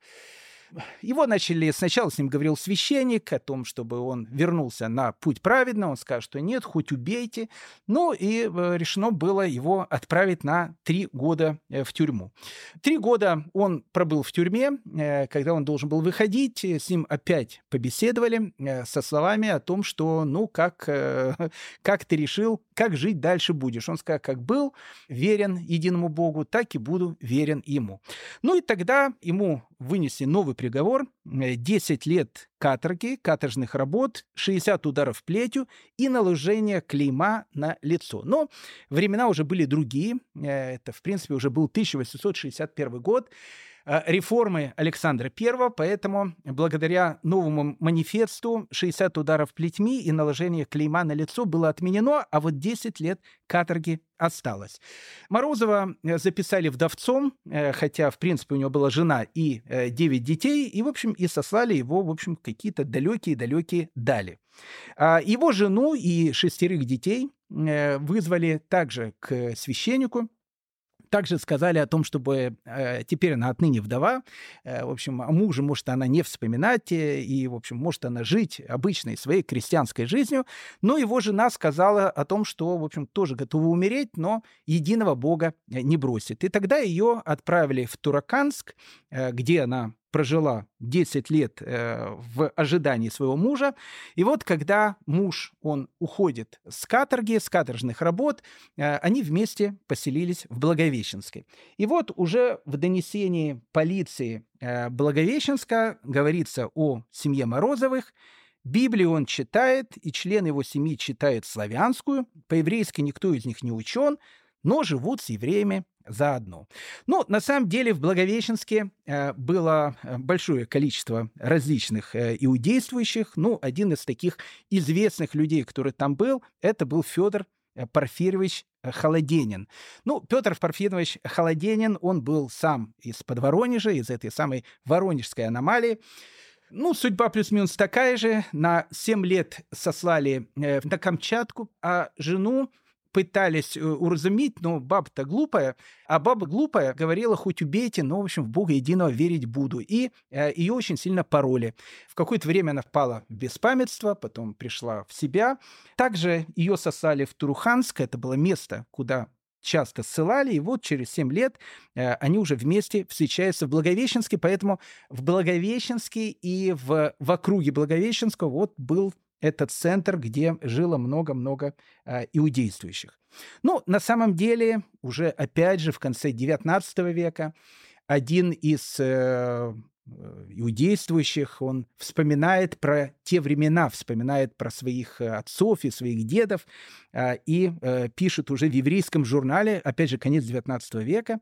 Его начали, сначала с ним говорил священник о том, чтобы он вернулся на путь праведный. Он сказал, что нет, хоть убейте. Ну и э, решено было его отправить на три года э, в тюрьму. Три года он пробыл в тюрьме. Э, когда он должен был выходить, э, с ним опять побеседовали э, со словами о том, что, ну, как, э, как ты решил, как жить дальше будешь. Он сказал, как был верен единому Богу, так и буду верен ему. Ну и тогда ему вынесли новый приговор, э, десять лет каторги, каторжных работ, шестьдесят ударов плетью и наложение клейма на лицо. Но времена уже были другие. Э, Это, в принципе, уже был тысяча восемьсот шестьдесят первый год. э, Реформы Александра Первого, поэтому благодаря новому манифесту шестьдесят ударов плетьми и наложение клейма на лицо было отменено, а вот десять лет каторги осталось. Морозова э, записали вдовцом, э, хотя, в принципе, у него была жена и э, девять детей, и, в общем, и сослали его, в общем, в какие-то далекие-далекие дали. А Его жену и шестерых детей э, вызвали также к священнику. Также сказали о том, чтобы э, теперь она отныне вдова. Э, в общем, о муже может она не вспоминать, э, и, в общем, может она жить обычной своей крестьянской жизнью. Но его жена сказала о том, что, в общем, тоже готова умереть, но единого Бога э, не бросит. И тогда ее отправили в Тураканск, э, где она прожила десять лет э, в ожидании своего мужа. И вот когда муж, он уходит с каторги, с каторжных работ, э, они вместе поселились в Благовещенске. И вот уже в донесении полиции э, Благовещенска говорится о семье Морозовых. Библию он читает, и член его семьи читает славянскую. По-еврейски никто из них не учен, но живут с евреями заодно. Ну, на самом деле в Благовещенске э, было большое количество различных э, иудействующих. Ну, один из таких известных людей, который там был, это был Федор Порфирьевич Холоденин. Ну, Петр Порфирьевич Холоденин, он был сам из-под Воронежа, из этой самой воронежской аномалии. Ну, судьба плюс-минус такая же. На семь лет сослали э, на Камчатку, а жену пытались э, уразуметь, но баба-то глупая, а баба глупая говорила, хоть убейте, но, в общем, в Бога единого верить буду. И э, ее очень сильно пороли. В какое-то время она впала в беспамятство, потом пришла в себя. Также ее сослали в Туруханск, это было место, куда часто ссылали, и вот через семь лет э, они уже вместе встречаются в Благовещенске, поэтому в Благовещенске и в, в округе Благовещенска вот был этот центр, где жило много-много э, иудействующих. Ну, на самом деле, уже опять же в конце девятнадцатого века один из э, иудействующих, он вспоминает про те времена, вспоминает про своих отцов и своих дедов, э, и э, пишет уже в еврейском журнале, опять же, конец девятнадцатого века,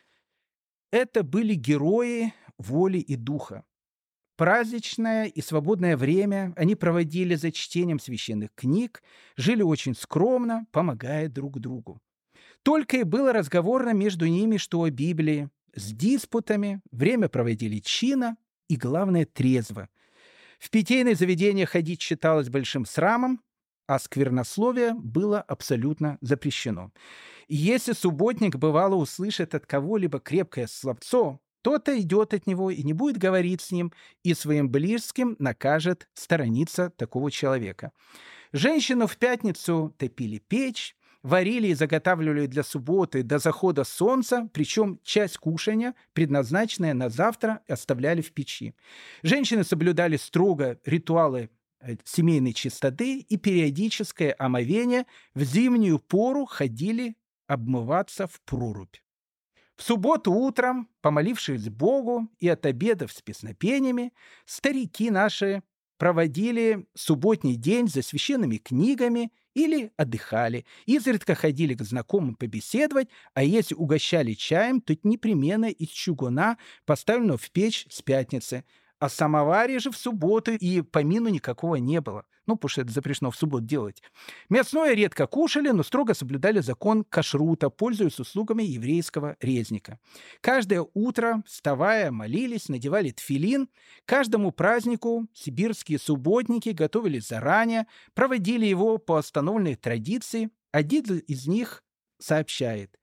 это были герои воли и духа. Праздничное и свободное время они проводили за чтением священных книг, жили очень скромно, помогая друг другу. Только и было разговорно между ними, что о Библии, с диспутами, время проводили чинно и, главное, трезво. В питейное заведение ходить считалось большим срамом, а сквернословие было абсолютно запрещено. И если субботник, бывало, услышит от кого-либо крепкое словцо, тот-то идет от него и не будет говорить с ним, и своим близким накажет сторониться такого человека. Женщину в пятницу топили печь, варили и заготавливали для субботы до захода солнца, причем часть кушания, предназначенная на завтра, оставляли в печи. Женщины соблюдали строго ритуалы семейной чистоты и периодическое омовение, в зимнюю пору ходили обмываться в прорубь. В субботу утром, помолившись Богу и отобедав с песнопениями, старики наши проводили субботний день за священными книгами или отдыхали, изредка ходили к знакомым побеседовать, а если угощали чаем, то непременно из чугуна, поставленного в печь с пятницы. О самоваре же в субботу и помину никакого не было. Ну, потому что это запрещено в субботу делать. Мясное редко кушали, но строго соблюдали закон кашрута, пользуясь услугами еврейского резника. Каждое утро, вставая, молились, надевали тфилин. Каждому празднику сибирские субботники готовились заранее, проводили его по установленной традиции. Один из них сообщает: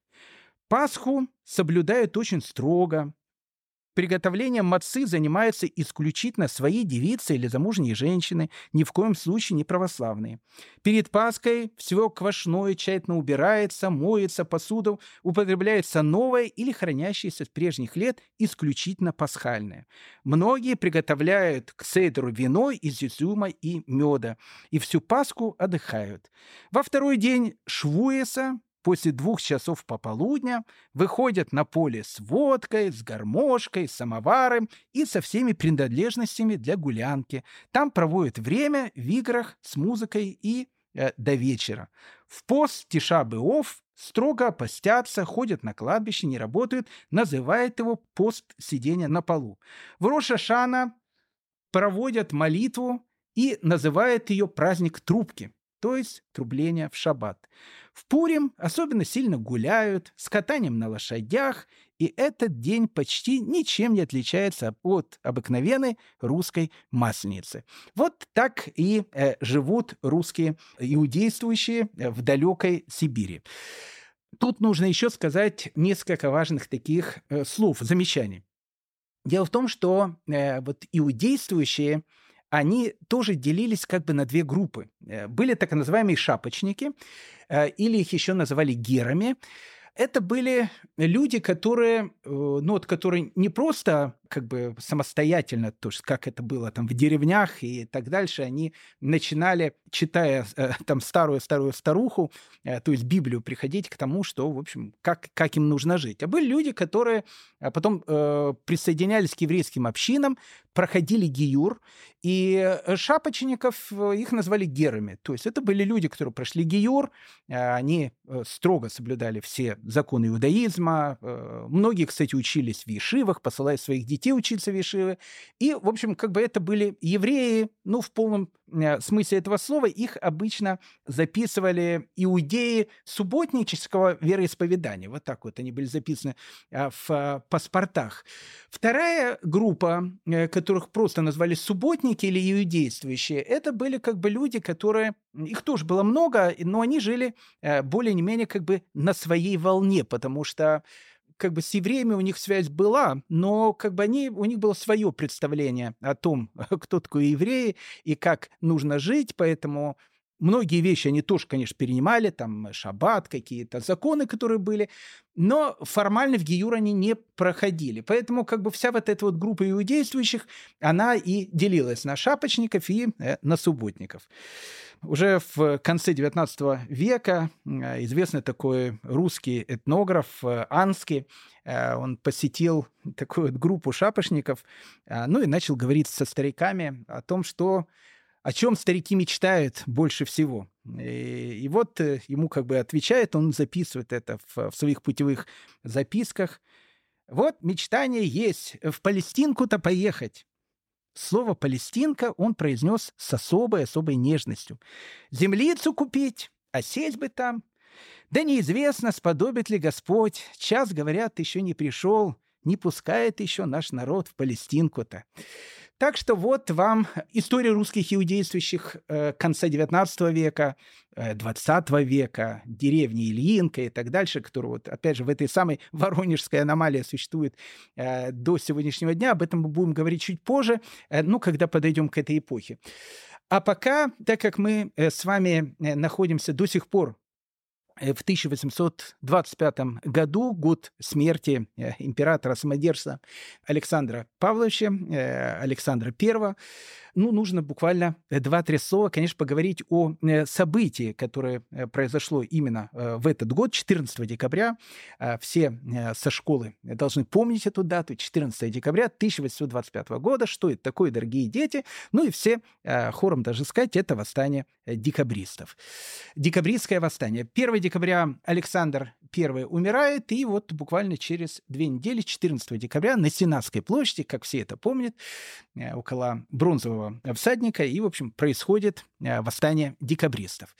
Пасху соблюдают очень строго. Приготовлением мацы занимаются исключительно свои девицы или замужние женщины, ни в коем случае не православные. Перед Пасхой все квашное тщательно убирается, моется, посуду употребляется новое или хранящееся с прежних лет исключительно пасхальное. Многие приготовляют к седеру вино из изюма и меда, и всю Пасху отдыхают. Во второй день Швуеса, после двух часов пополудня, выходят на поле с водкой, с гармошкой, с самоваром и со всеми принадлежностями для гулянки. Там проводят время в играх с музыкой и э, до вечера. В пост Тиша Б'Ав строго постятся, ходят на кладбище, не работают, называют его пост сидения на полу. В Рош ха-Шана проводят молитву и называют ее праздник трубки, то есть трубление в шаббат. В Пурим особенно сильно гуляют, с катанием на лошадях, и этот день почти ничем не отличается от обыкновенной русской масленицы. Вот так и э, живут русские иудействующие в далекой Сибири. Тут нужно еще сказать несколько важных таких э, слов, замечаний. Дело в том, что э, вот иудействующие, они тоже делились как бы на две группы. Были так называемые шапочники, или их еще называли герами. Это были люди, которые, ну, вот, которые не просто как бы самостоятельно, то есть как это было там в деревнях и так дальше, они начинали, читая э, там старую-старую старуху, э, то есть Библию, приходить к тому, что, в общем, как, как им нужно жить. А были люди, которые потом э, присоединялись к еврейским общинам, проходили гиюр, и шапочников их назвали герами. То есть это были люди, которые прошли гиюр, э, они строго соблюдали все законы иудаизма, э, многие, кстати, учились в ешивах, посылая своих детей учиться в ешивы. И, в общем, как бы это были евреи, ну, в полном э, смысле этого слова, их обычно записывали иудеи субботнического вероисповедания. Вот так вот они были записаны э, в э, паспортах. Вторая группа, э, которых просто назвали субботники или иудействующие, это были как бы люди, которые, их тоже было много, но они жили э, более-менее как бы на своей волне, потому что как бы с евреями у них связь была, но как бы они, у них было свое представление о том, кто такой евреи и как нужно жить, поэтому многие вещи они тоже, конечно, перенимали, там шаббат, какие-то законы, которые были, но формально в гиюр они не проходили. Поэтому как бы вся вот эта вот группа иудействующих, она и делилась на шапочников и э, на субботников. Уже в конце девятнадцатого века известный такой русский этнограф Анский, он посетил такую вот группу шапошников, ну и начал говорить со стариками о том, что, о чем старики мечтают больше всего. И, и вот ему как бы отвечает, он записывает это в, в своих путевых записках. Вот мечтание есть в Палестинку-то поехать. Слово «палестинка» он произнес с особой-особой нежностью. «Землицу купить, а сесть бы там? Да неизвестно, сподобит ли Господь. Час, говорят, еще не пришел, не пускает еще наш народ в Палестинку-то». Так что вот вам история русских иудействующих э, конца девятнадцатого века, э, двадцатого века, деревни Ильинка и так дальше, которые, вот, опять же, в этой самой воронежской аномалии существуют э, до сегодняшнего дня. Об этом мы будем говорить чуть позже, э, ну, когда подойдем к этой эпохе. А пока, так как мы э, с вами э, находимся до сих пор в тысяча восемьсот двадцать пятом году, год смерти императора-самодержца Александра Павловича, Александра Первого, ну, нужно буквально два-три слова, конечно, поговорить о событии, которое произошло именно в этот год, четырнадцатого декабря. Все со школы должны помнить эту дату, четырнадцатого декабря тысяча восемьсот двадцать пятого года. Что это такое, дорогие дети? Ну и все хором даже сказать, это восстание декабристов. Декабристское восстание. первого декабря Александр Первый умирает, и вот буквально через две недели, четырнадцатого декабря, на Сенатской площади, как все это помнят, около бронзового всадника, и, в общем, происходит восстание декабристов.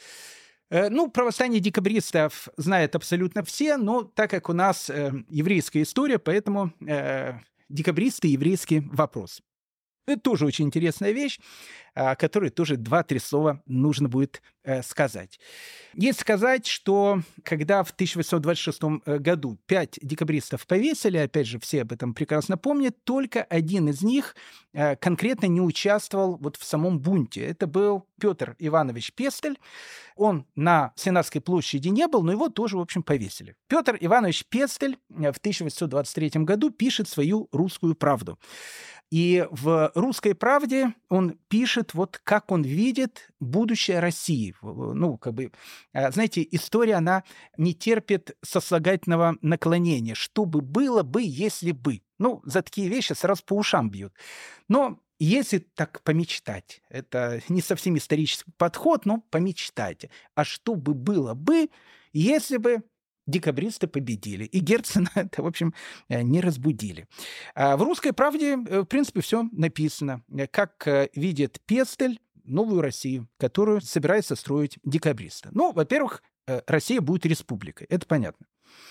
Ну, про восстание декабристов знают абсолютно все, но так как у нас еврейская история, поэтому декабристы — еврейский вопрос. Это тоже очень интересная вещь, о которой тоже два-три слова нужно будет э, сказать. Есть сказать, что когда в тысяча восемьсот двадцать шестом году пять декабристов повесили, опять же, все об этом прекрасно помнят, только один из них э, конкретно не участвовал вот в самом бунте. Это был Петр Иванович Пестель. Он на Сенатской площади не был, но его тоже, в общем, повесили. Петр Иванович Пестель в тысяча восемьсот двадцать третьем году пишет свою «Русскую правду». И в «Русской правде» он пишет, вот как он видит будущее России. Ну, как бы, знаете, история, она не терпит сослагательного наклонения. Что бы было бы, если бы. Ну, за такие вещи сразу по ушам бьют. Но если так помечтать, это не совсем исторический подход, но помечтайте. А что бы было бы, если бы декабристы победили, и Герцена это, в общем, не разбудили. В «Русской правде», в принципе, все написано, как видит Пестель новую Россию, которую собирается строить декабристы. Ну, во-первых, Россия будет республикой, это понятно.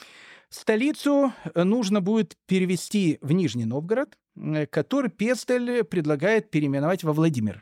Столицу нужно будет перевести в Нижний Новгород, который Пестель предлагает переименовать во Владимир.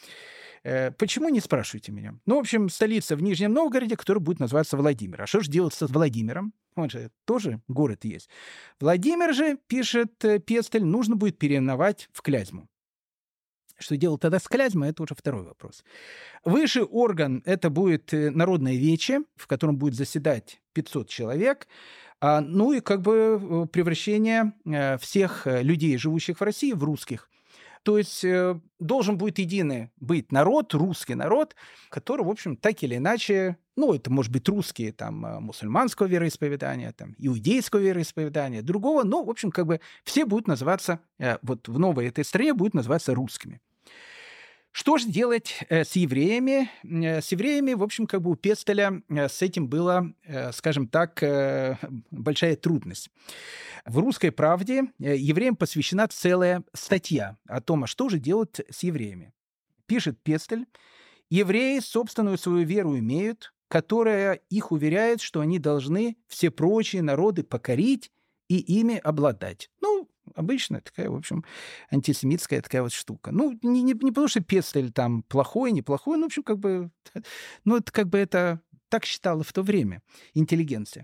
Почему, не спрашивайте меня. Ну, в общем, столица в Нижнем Новгороде, которая будет называться Владимир. А что же делать с Владимиром? Он же тоже город есть. Владимир же, пишет Пестель, нужно будет переименовать в Клязьму. Что делать тогда с Клязьмой, это уже второй вопрос. Высший орган — это будет Народное вече, в котором будет заседать пятьсот человек. Ну и как бы превращение всех людей, живущих в России, в русских. То есть э, должен будет единый быть народ, русский народ, который, в общем, так или иначе, ну, это может быть русские там мусульманского вероисповедания, там, иудейского вероисповедания, другого, но, в общем, как бы все будут называться, э, вот в новой этой стране будут называться русскими. Что же делать э, с евреями? Э, с евреями, в общем, как бы у Пестеля э, с этим была, э, скажем так, э, большая трудность. В «Русской правде» э, евреям посвящена целая статья о том, а что же делать с евреями. Пишет Пестель: «Евреи собственную свою веру имеют, которая их уверяет, что они должны все прочие народы покорить и ими обладать». Ну, обычная такая, в общем, антисемитская такая вот штука. Ну, не, не, не потому что Пестель там плохой, неплохой, ну, в общем, как бы, ну, это как бы это так считала в то время интеллигенция.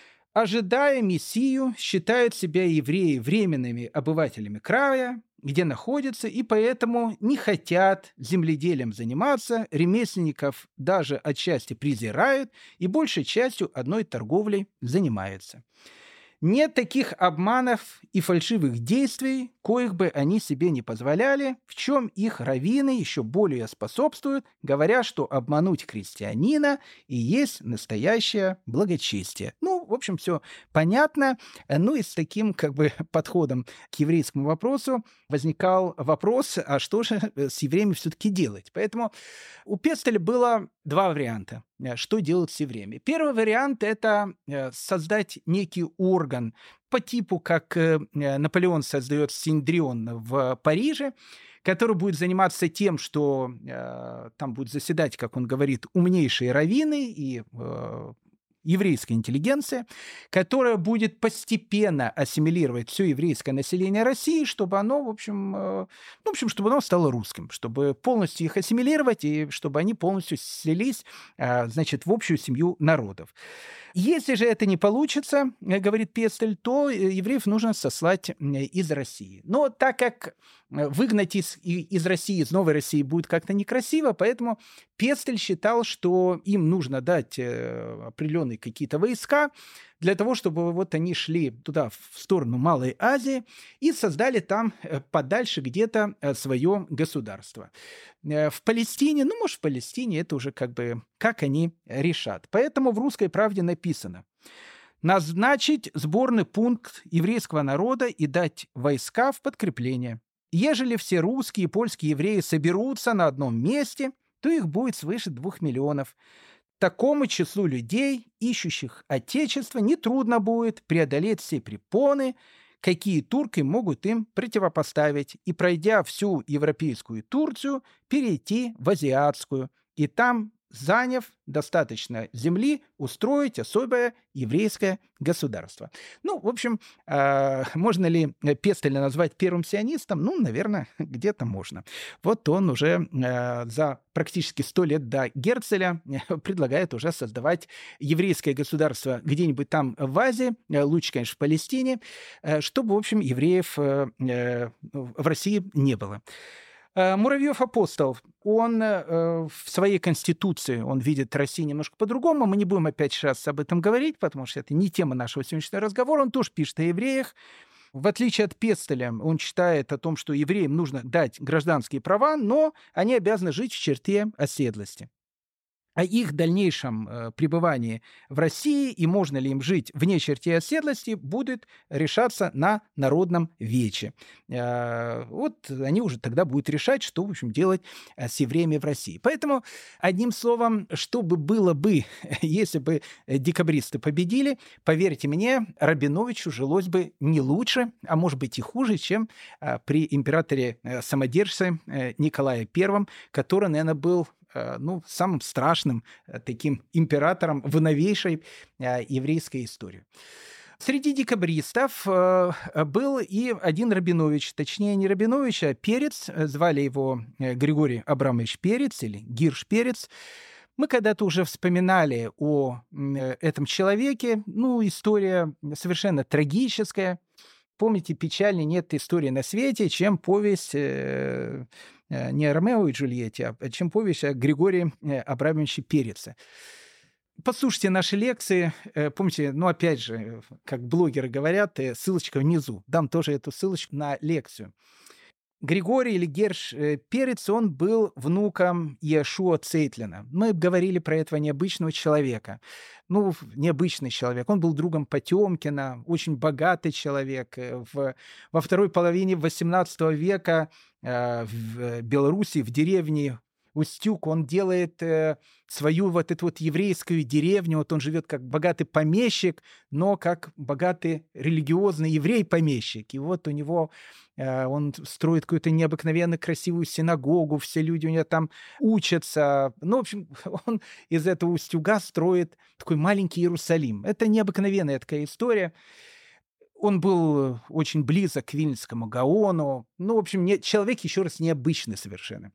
Ожидая Мессию, считают себя евреи временными обывателями края, где находятся, и поэтому не хотят земледелием заниматься, ремесленников даже отчасти презирают и большей частью одной торговлей занимаются. Нет таких обманов и фальшивых действий, коих бы они себе не позволяли, в чем их раввины еще более способствуют, говоря, что обмануть христианина и есть настоящее благочестие. Ну, в общем, все понятно. Ну и с таким как бы подходом к еврейскому вопросу возникал вопрос, а что же с евреями все-таки делать? Поэтому у Пестеля было два варианта, что делать с евреями. Первый вариант – это создать некий орган по типу, как Наполеон создает Синдрион в Париже, который будет заниматься тем, что э, там будут заседать, как он говорит, умнейшие раввины и э, еврейская интеллигенция, которая будет постепенно ассимилировать все еврейское население России, чтобы оно, в общем, э, в общем, чтобы оно стало русским, чтобы полностью их ассимилировать и чтобы они полностью слились, э, значит, в общую семью народов. Если же это не получится, говорит Пестель, то евреев нужно сослать из России. Но так как выгнать из, из России, из Новой России будет как-то некрасиво, поэтому Пестель считал, что им нужно дать определенные какие-то войска для того, чтобы вот они шли туда, в сторону Малой Азии, и создали там подальше где-то свое государство. В Палестине, ну, может, в Палестине, это уже как бы как они решат. Поэтому в «Русской правде» написано: назначить сборный пункт еврейского народа и дать войска в подкрепление. Ежели все русские и польские евреи соберутся на одном месте, то их будет свыше двух миллионов. Такому числу людей, ищущих Отечество, нетрудно будет преодолеть все препоны, какие турки могут им противопоставить, и, пройдя всю европейскую Турцию, перейти в азиатскую, и там, заняв достаточно земли, устроить особое еврейское государство. Ну, в общем, э, можно ли Пестеля назвать первым сионистом? Ну, наверное, где-то можно. Вот он уже э, за практически сто лет до Герцеля предлагает уже создавать еврейское государство где-нибудь там в Азии, лучше, конечно, в Палестине, э, чтобы, в общем, евреев э, э, в России не было. Муравьев-апостол, он э, в своей конституции, он видит Россию немножко по-другому. Мы не будем опять сейчас об этом говорить, потому что это не тема нашего сегодняшнего разговора. Он тоже пишет о евреях. В отличие от Пестеля, он считает о том, что евреям нужно дать гражданские права, но они обязаны жить в черте оседлости. О их дальнейшем э, пребывании в России и можно ли им жить вне черты оседлости, будет решаться на народном вече. Э, вот они уже тогда будут решать, что, в общем, делать э, с евреями в России. Поэтому, одним словом, что бы было бы, если бы декабристы победили, поверьте мне, Рабиновичу жилось бы не лучше, а может быть и хуже, чем э, при императоре-самодержце э, Николае Первом, который, наверное, был ну, самым страшным таким императором в новейшей еврейской истории. Среди декабристов был и один Рабинович, точнее не Рабинович, а Перец, звали его Григорий Абрамович Перец или Гирш Перец. Мы когда-то уже вспоминали о этом человеке, ну, история совершенно трагическая. Помните, печальнее нет истории на свете, чем повесть э, э, не о Ромео и Джульетте, а чем повесть о Григории Абрамовиче Переце. Послушайте наши лекции. Помните, ну, опять же, как блогеры говорят, ссылочка внизу. Дам тоже эту ссылочку на лекцию. Григорий или Герш Перец, он был внуком Иешуа Цейтлина. Мы говорили про этого необычного человека. Ну, необычный человек. Он был другом Потемкина, очень богатый человек. В, во второй половине восемнадцатого века э, в Беларуси, в деревне Устюг, он делает э, свою вот эту вот еврейскую деревню. Вот он живет как богатый помещик, но как богатый религиозный еврей-помещик. И вот у него э, он строит какую-то необыкновенно красивую синагогу, все люди у него там учатся. Ну, в общем, он из этого Устюга строит такой маленький Иерусалим. Это необыкновенная такая история. Он был очень близок к Вильнюсскому Гаону. Ну, в общем, не, человек, еще раз, необычный совершенно.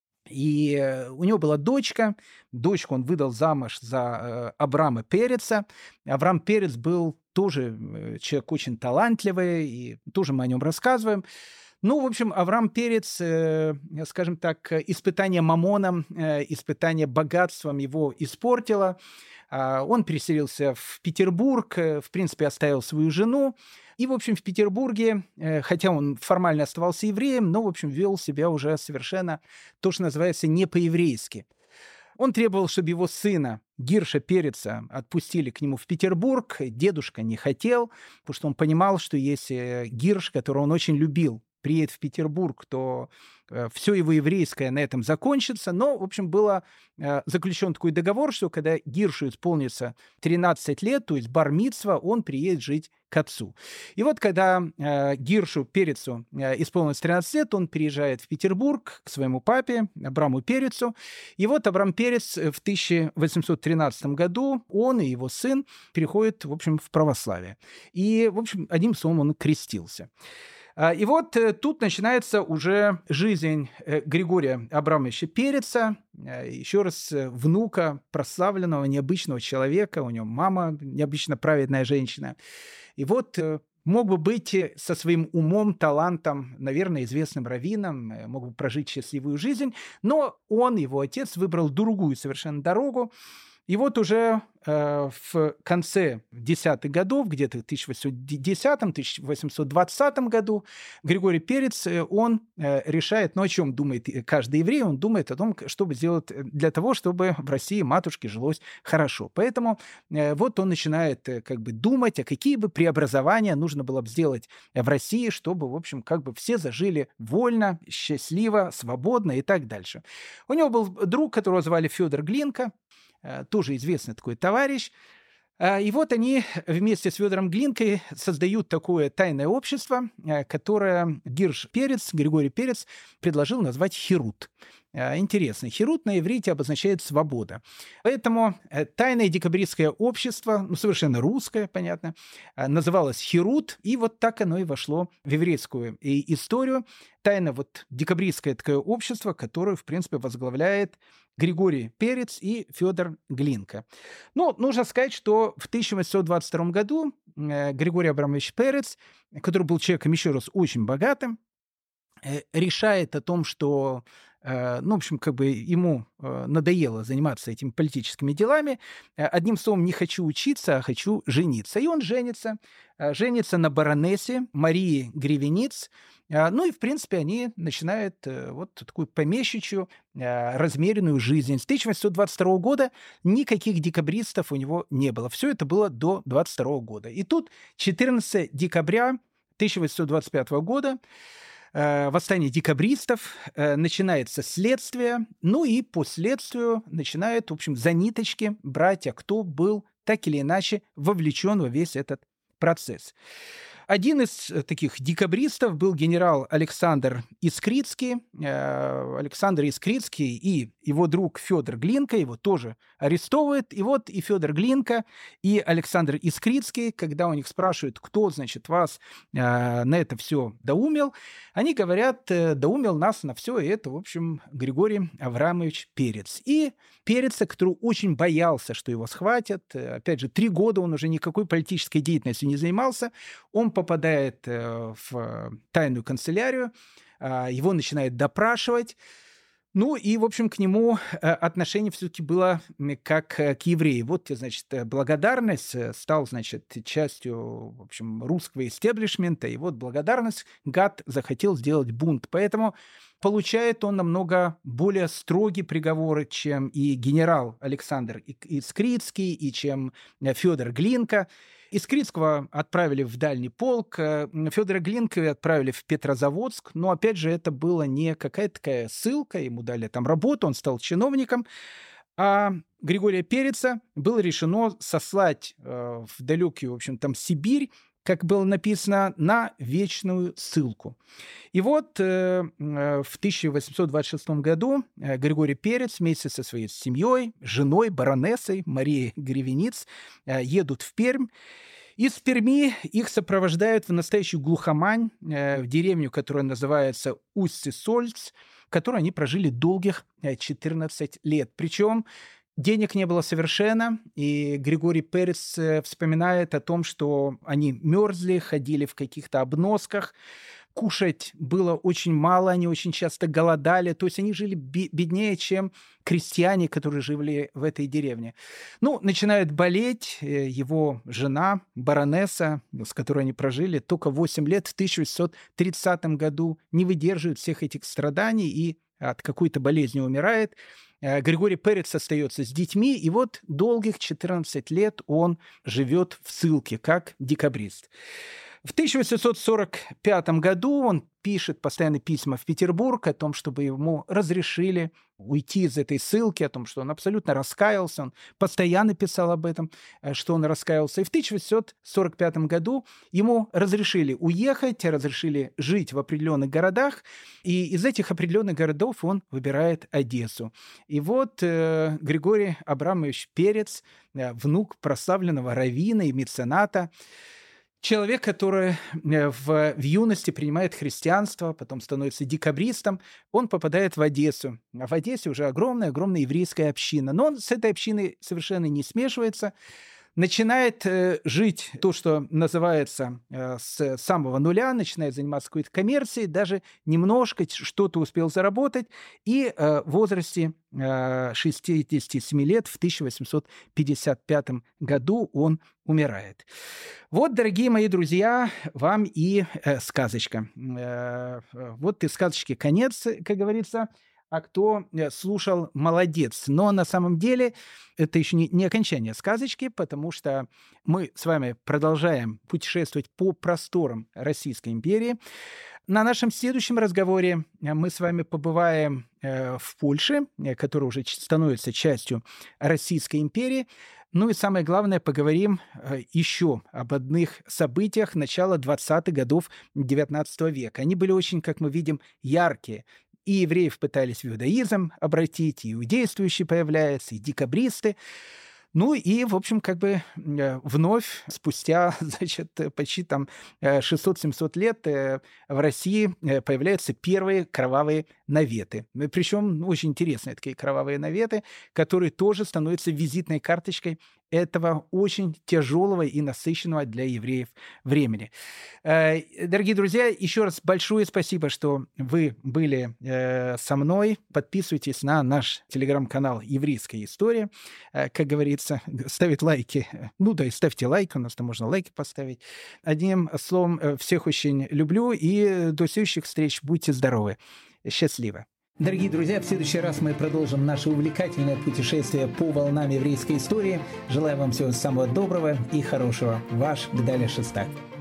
И у него была дочка. Дочку он выдал замуж за Авраама Переца. Авраам Перец был тоже человек очень талантливый, и тоже мы о нем рассказываем. Ну, в общем, Авраам Перец, скажем так, испытание мамоном, испытание богатством его испортило. Он переселился в Петербург, в принципе, оставил свою жену. И, в общем, в Петербурге, хотя он формально оставался евреем, но, в общем, вел себя уже совершенно, то, что называется, не по-еврейски. Он требовал, чтобы его сына, Гирша Переца, отпустили к нему в Петербург. Дедушка не хотел, потому что он понимал, что если Гирш, которого он очень любил, приедет в Петербург, то э, все его еврейское на этом закончится. Но, в общем, был э, заключен такой договор, что когда Гиршу исполнится тринадцать лет, то есть бар-мицва, он приедет жить к отцу. И вот когда э, Гиршу Перецу э, исполнилось тринадцать лет, он приезжает в Петербург к своему папе Абраму Перецу. И вот Абрам Перец в тысяча восемьсот тринадцатом году, он и его сын переходят, в общем, в православие. И, в общем, одним словом, он крестился. И вот тут начинается уже жизнь Григория Абрамовича Переца, еще раз внука прославленного, необычного человека. У него мама необычно праведная женщина. И вот Мог бы быть э, со своим умом, талантом, наверное, известным раввином, э, мог бы прожить счастливую жизнь, но он, его отец, выбрал другую совершенно дорогу. И вот уже э, в конце десятых годов, где-то в тысяча восемьсот десятом — тысяча восемьсот двадцатом году, Григорий Перец, э, он э, решает, ну, о чем думает э, каждый еврей, он думает о том, к- чтобы сделать э, для того, чтобы в России матушке жилось хорошо. Поэтому э, вот он начинает э, как бы думать, а какие бы преобразования нужно было бы сделать в России, чтобы, в общем, как бы все зажили вольно, счастливо, свободно и так дальше. У него был друг, которого звали Федор Глинка, э, тоже известный такой товарищ. А, И вот они вместе с Федором Глинкой создают такое тайное общество, э, которое Гирш Перец, Григорий Перец, предложил назвать Херут. А, Интересно, Херут на иврите обозначает «свобода». Поэтому э, тайное декабристское общество, ну, совершенно русское, понятно, а, называлось Херут, и вот так оно и вошло в еврейскую и историю. Тайное вот декабристское такое общество, которое, в принципе, возглавляет Григорий Перец и Федор Глинка. Ну, нужно сказать, что в тысяча восемьсот двадцать втором году э, Григорий Абрамович Перец, который был человеком, еще раз, очень богатым, э, решает о том, что, э, ну, в общем, как бы ему э, надоело заниматься этими политическими делами. Э, Одним словом, не хочу учиться, а хочу жениться. И он женится. э, Женится на баронессе Марии Гривениц. А, Ну и, в принципе, они начинают э, вот такую помещичью, э, размеренную жизнь. С тысяча восемьсот двадцать второго года никаких декабристов у него не было. Все это было до двадцать второго года. И тут четырнадцатого декабря тысяча восемьсот двадцать пятого года э, восстание декабристов, э, начинается следствие, ну и по следствию начинают, в общем, за ниточки брать, а кто был так или иначе вовлечен во весь этот процесс. Один из э, таких декабристов был генерал Александр Искрицкий. Э, Александр Искрицкий и его друг Федор Глинка его тоже арестовывают. И вот и Федор Глинка, и Александр Искрицкий, когда у них спрашивают, кто, значит, вас э, на это все доумел, они говорят, э, доумел нас на все это, в общем, Григорий Авраамович Перец. И Переца, который очень боялся, что его схватят, э, опять же, три года он уже никакой политической деятельностью не занимался, он попадает э, в тайную канцелярию, а, его начинают допрашивать. Ну и, в общем, к нему э, отношение все-таки было м, как э, к еврею. Вот, э, значит, э, благодарность э, стал, значит, частью, в общем, русского истеблишмента. И вот благодарность гад захотел сделать бунт. Поэтому получает он намного более строгие приговоры, чем и генерал Александр Ик- Искрицкий, и чем э, Федор Глинка. Искрицкого отправили в дальний полк, э, Федора Глинка отправили в Петрозаводск, но, опять же, это была не какая-то такая ссылка, ему дали там работу, он стал чиновником, а Григория Переца было решено сослать э, в далекую, в общем, там Сибирь, как было написано, на вечную ссылку. И вот э, э, в тысяча восемьсот двадцать шестом году э, Григорий Перец вместе со своей семьей, женой, баронессой Марией Гривениц э, едут в Пермь. Из Перми их сопровождают в настоящую глухомань, э, в деревню, которая называется Усть-Сольц, в которой они прожили долгих э, четырнадцать лет. Причем денег не было совершенно, и Григорий Перец э, вспоминает о том, что они мерзли, ходили в каких-то обносках, кушать было очень мало, они очень часто голодали, то есть они жили бе- беднее, чем крестьяне, которые жили в этой деревне. Ну, начинает болеть э, его жена, баронесса, с которой они прожили только восемь лет, в тысяча восемьсот тридцатом году, не выдерживает всех этих страданий и от какой-то болезни умирает. Э, Григорий Перец остается с детьми, и вот долгих четырнадцать лет он живет в ссылке, как декабрист. В тысяча восемьсот сорок пятом году он пишет постоянно письма в Петербург о том, чтобы ему разрешили уйти из этой ссылки, о том, что он абсолютно раскаялся. Он постоянно писал об этом, э, что он раскаялся. И в тысяча восемьсот сорок пятом году ему разрешили уехать, разрешили жить в определенных городах. И из этих определенных городов он выбирает Одессу. И вот э, Григорий Абрамович Перец, э, внук прославленного раввина и мецената, человек, который э, в, в юности принимает христианство, потом становится декабристом, он попадает в Одессу. А в Одессе уже огромная-огромная еврейская община. Но он с этой общиной совершенно не смешивается. начинает э, жить то, что называется э, с самого нуля, начинает заниматься какой-то коммерцией, даже немножко что-то успел заработать, и э, в возрасте э, шестидесяти семи лет в тысяча восемьсот пятьдесят пятом году он умирает. Вот, дорогие мои друзья, вам и э, сказочка. Э, вот и сказочки конец, как говорится. А кто слушал, молодец. Но на самом деле это еще не, не окончание сказочки, потому что мы с вами продолжаем путешествовать по просторам Российской империи. На нашем следующем разговоре мы с вами побываем в Польше, которая уже становится частью Российской империи. Ну и самое главное, поговорим еще об одних событиях начала двадцатых годов девятнадцатого века. Они были очень, как мы видим, яркие. И евреев пытались в иудаизм обратить, и иудействующие появляются, и декабристы. Ну и, в общем, как бы вновь, спустя, значит, почти там шестьсот-семьсот лет в России появляются первые кровавые наветы. Причем очень интересные такие кровавые наветы, которые тоже становятся визитной карточкой этого очень тяжелого и насыщенного для евреев времени. Дорогие друзья, еще раз большое спасибо, что вы были со мной. Подписывайтесь на наш телеграм-канал «Еврейская история». Как говорится, ставить лайки. Ну да, и ставьте лайк, у нас там можно лайки поставить. Одним словом, всех очень люблю, и до следующих встреч. Будьте здоровы. Счастливо. Дорогие друзья, в следующий раз мы продолжим наше увлекательное путешествие по волнам еврейской истории. Желаю вам всего самого доброго и хорошего. Ваш Гдаля Шестак.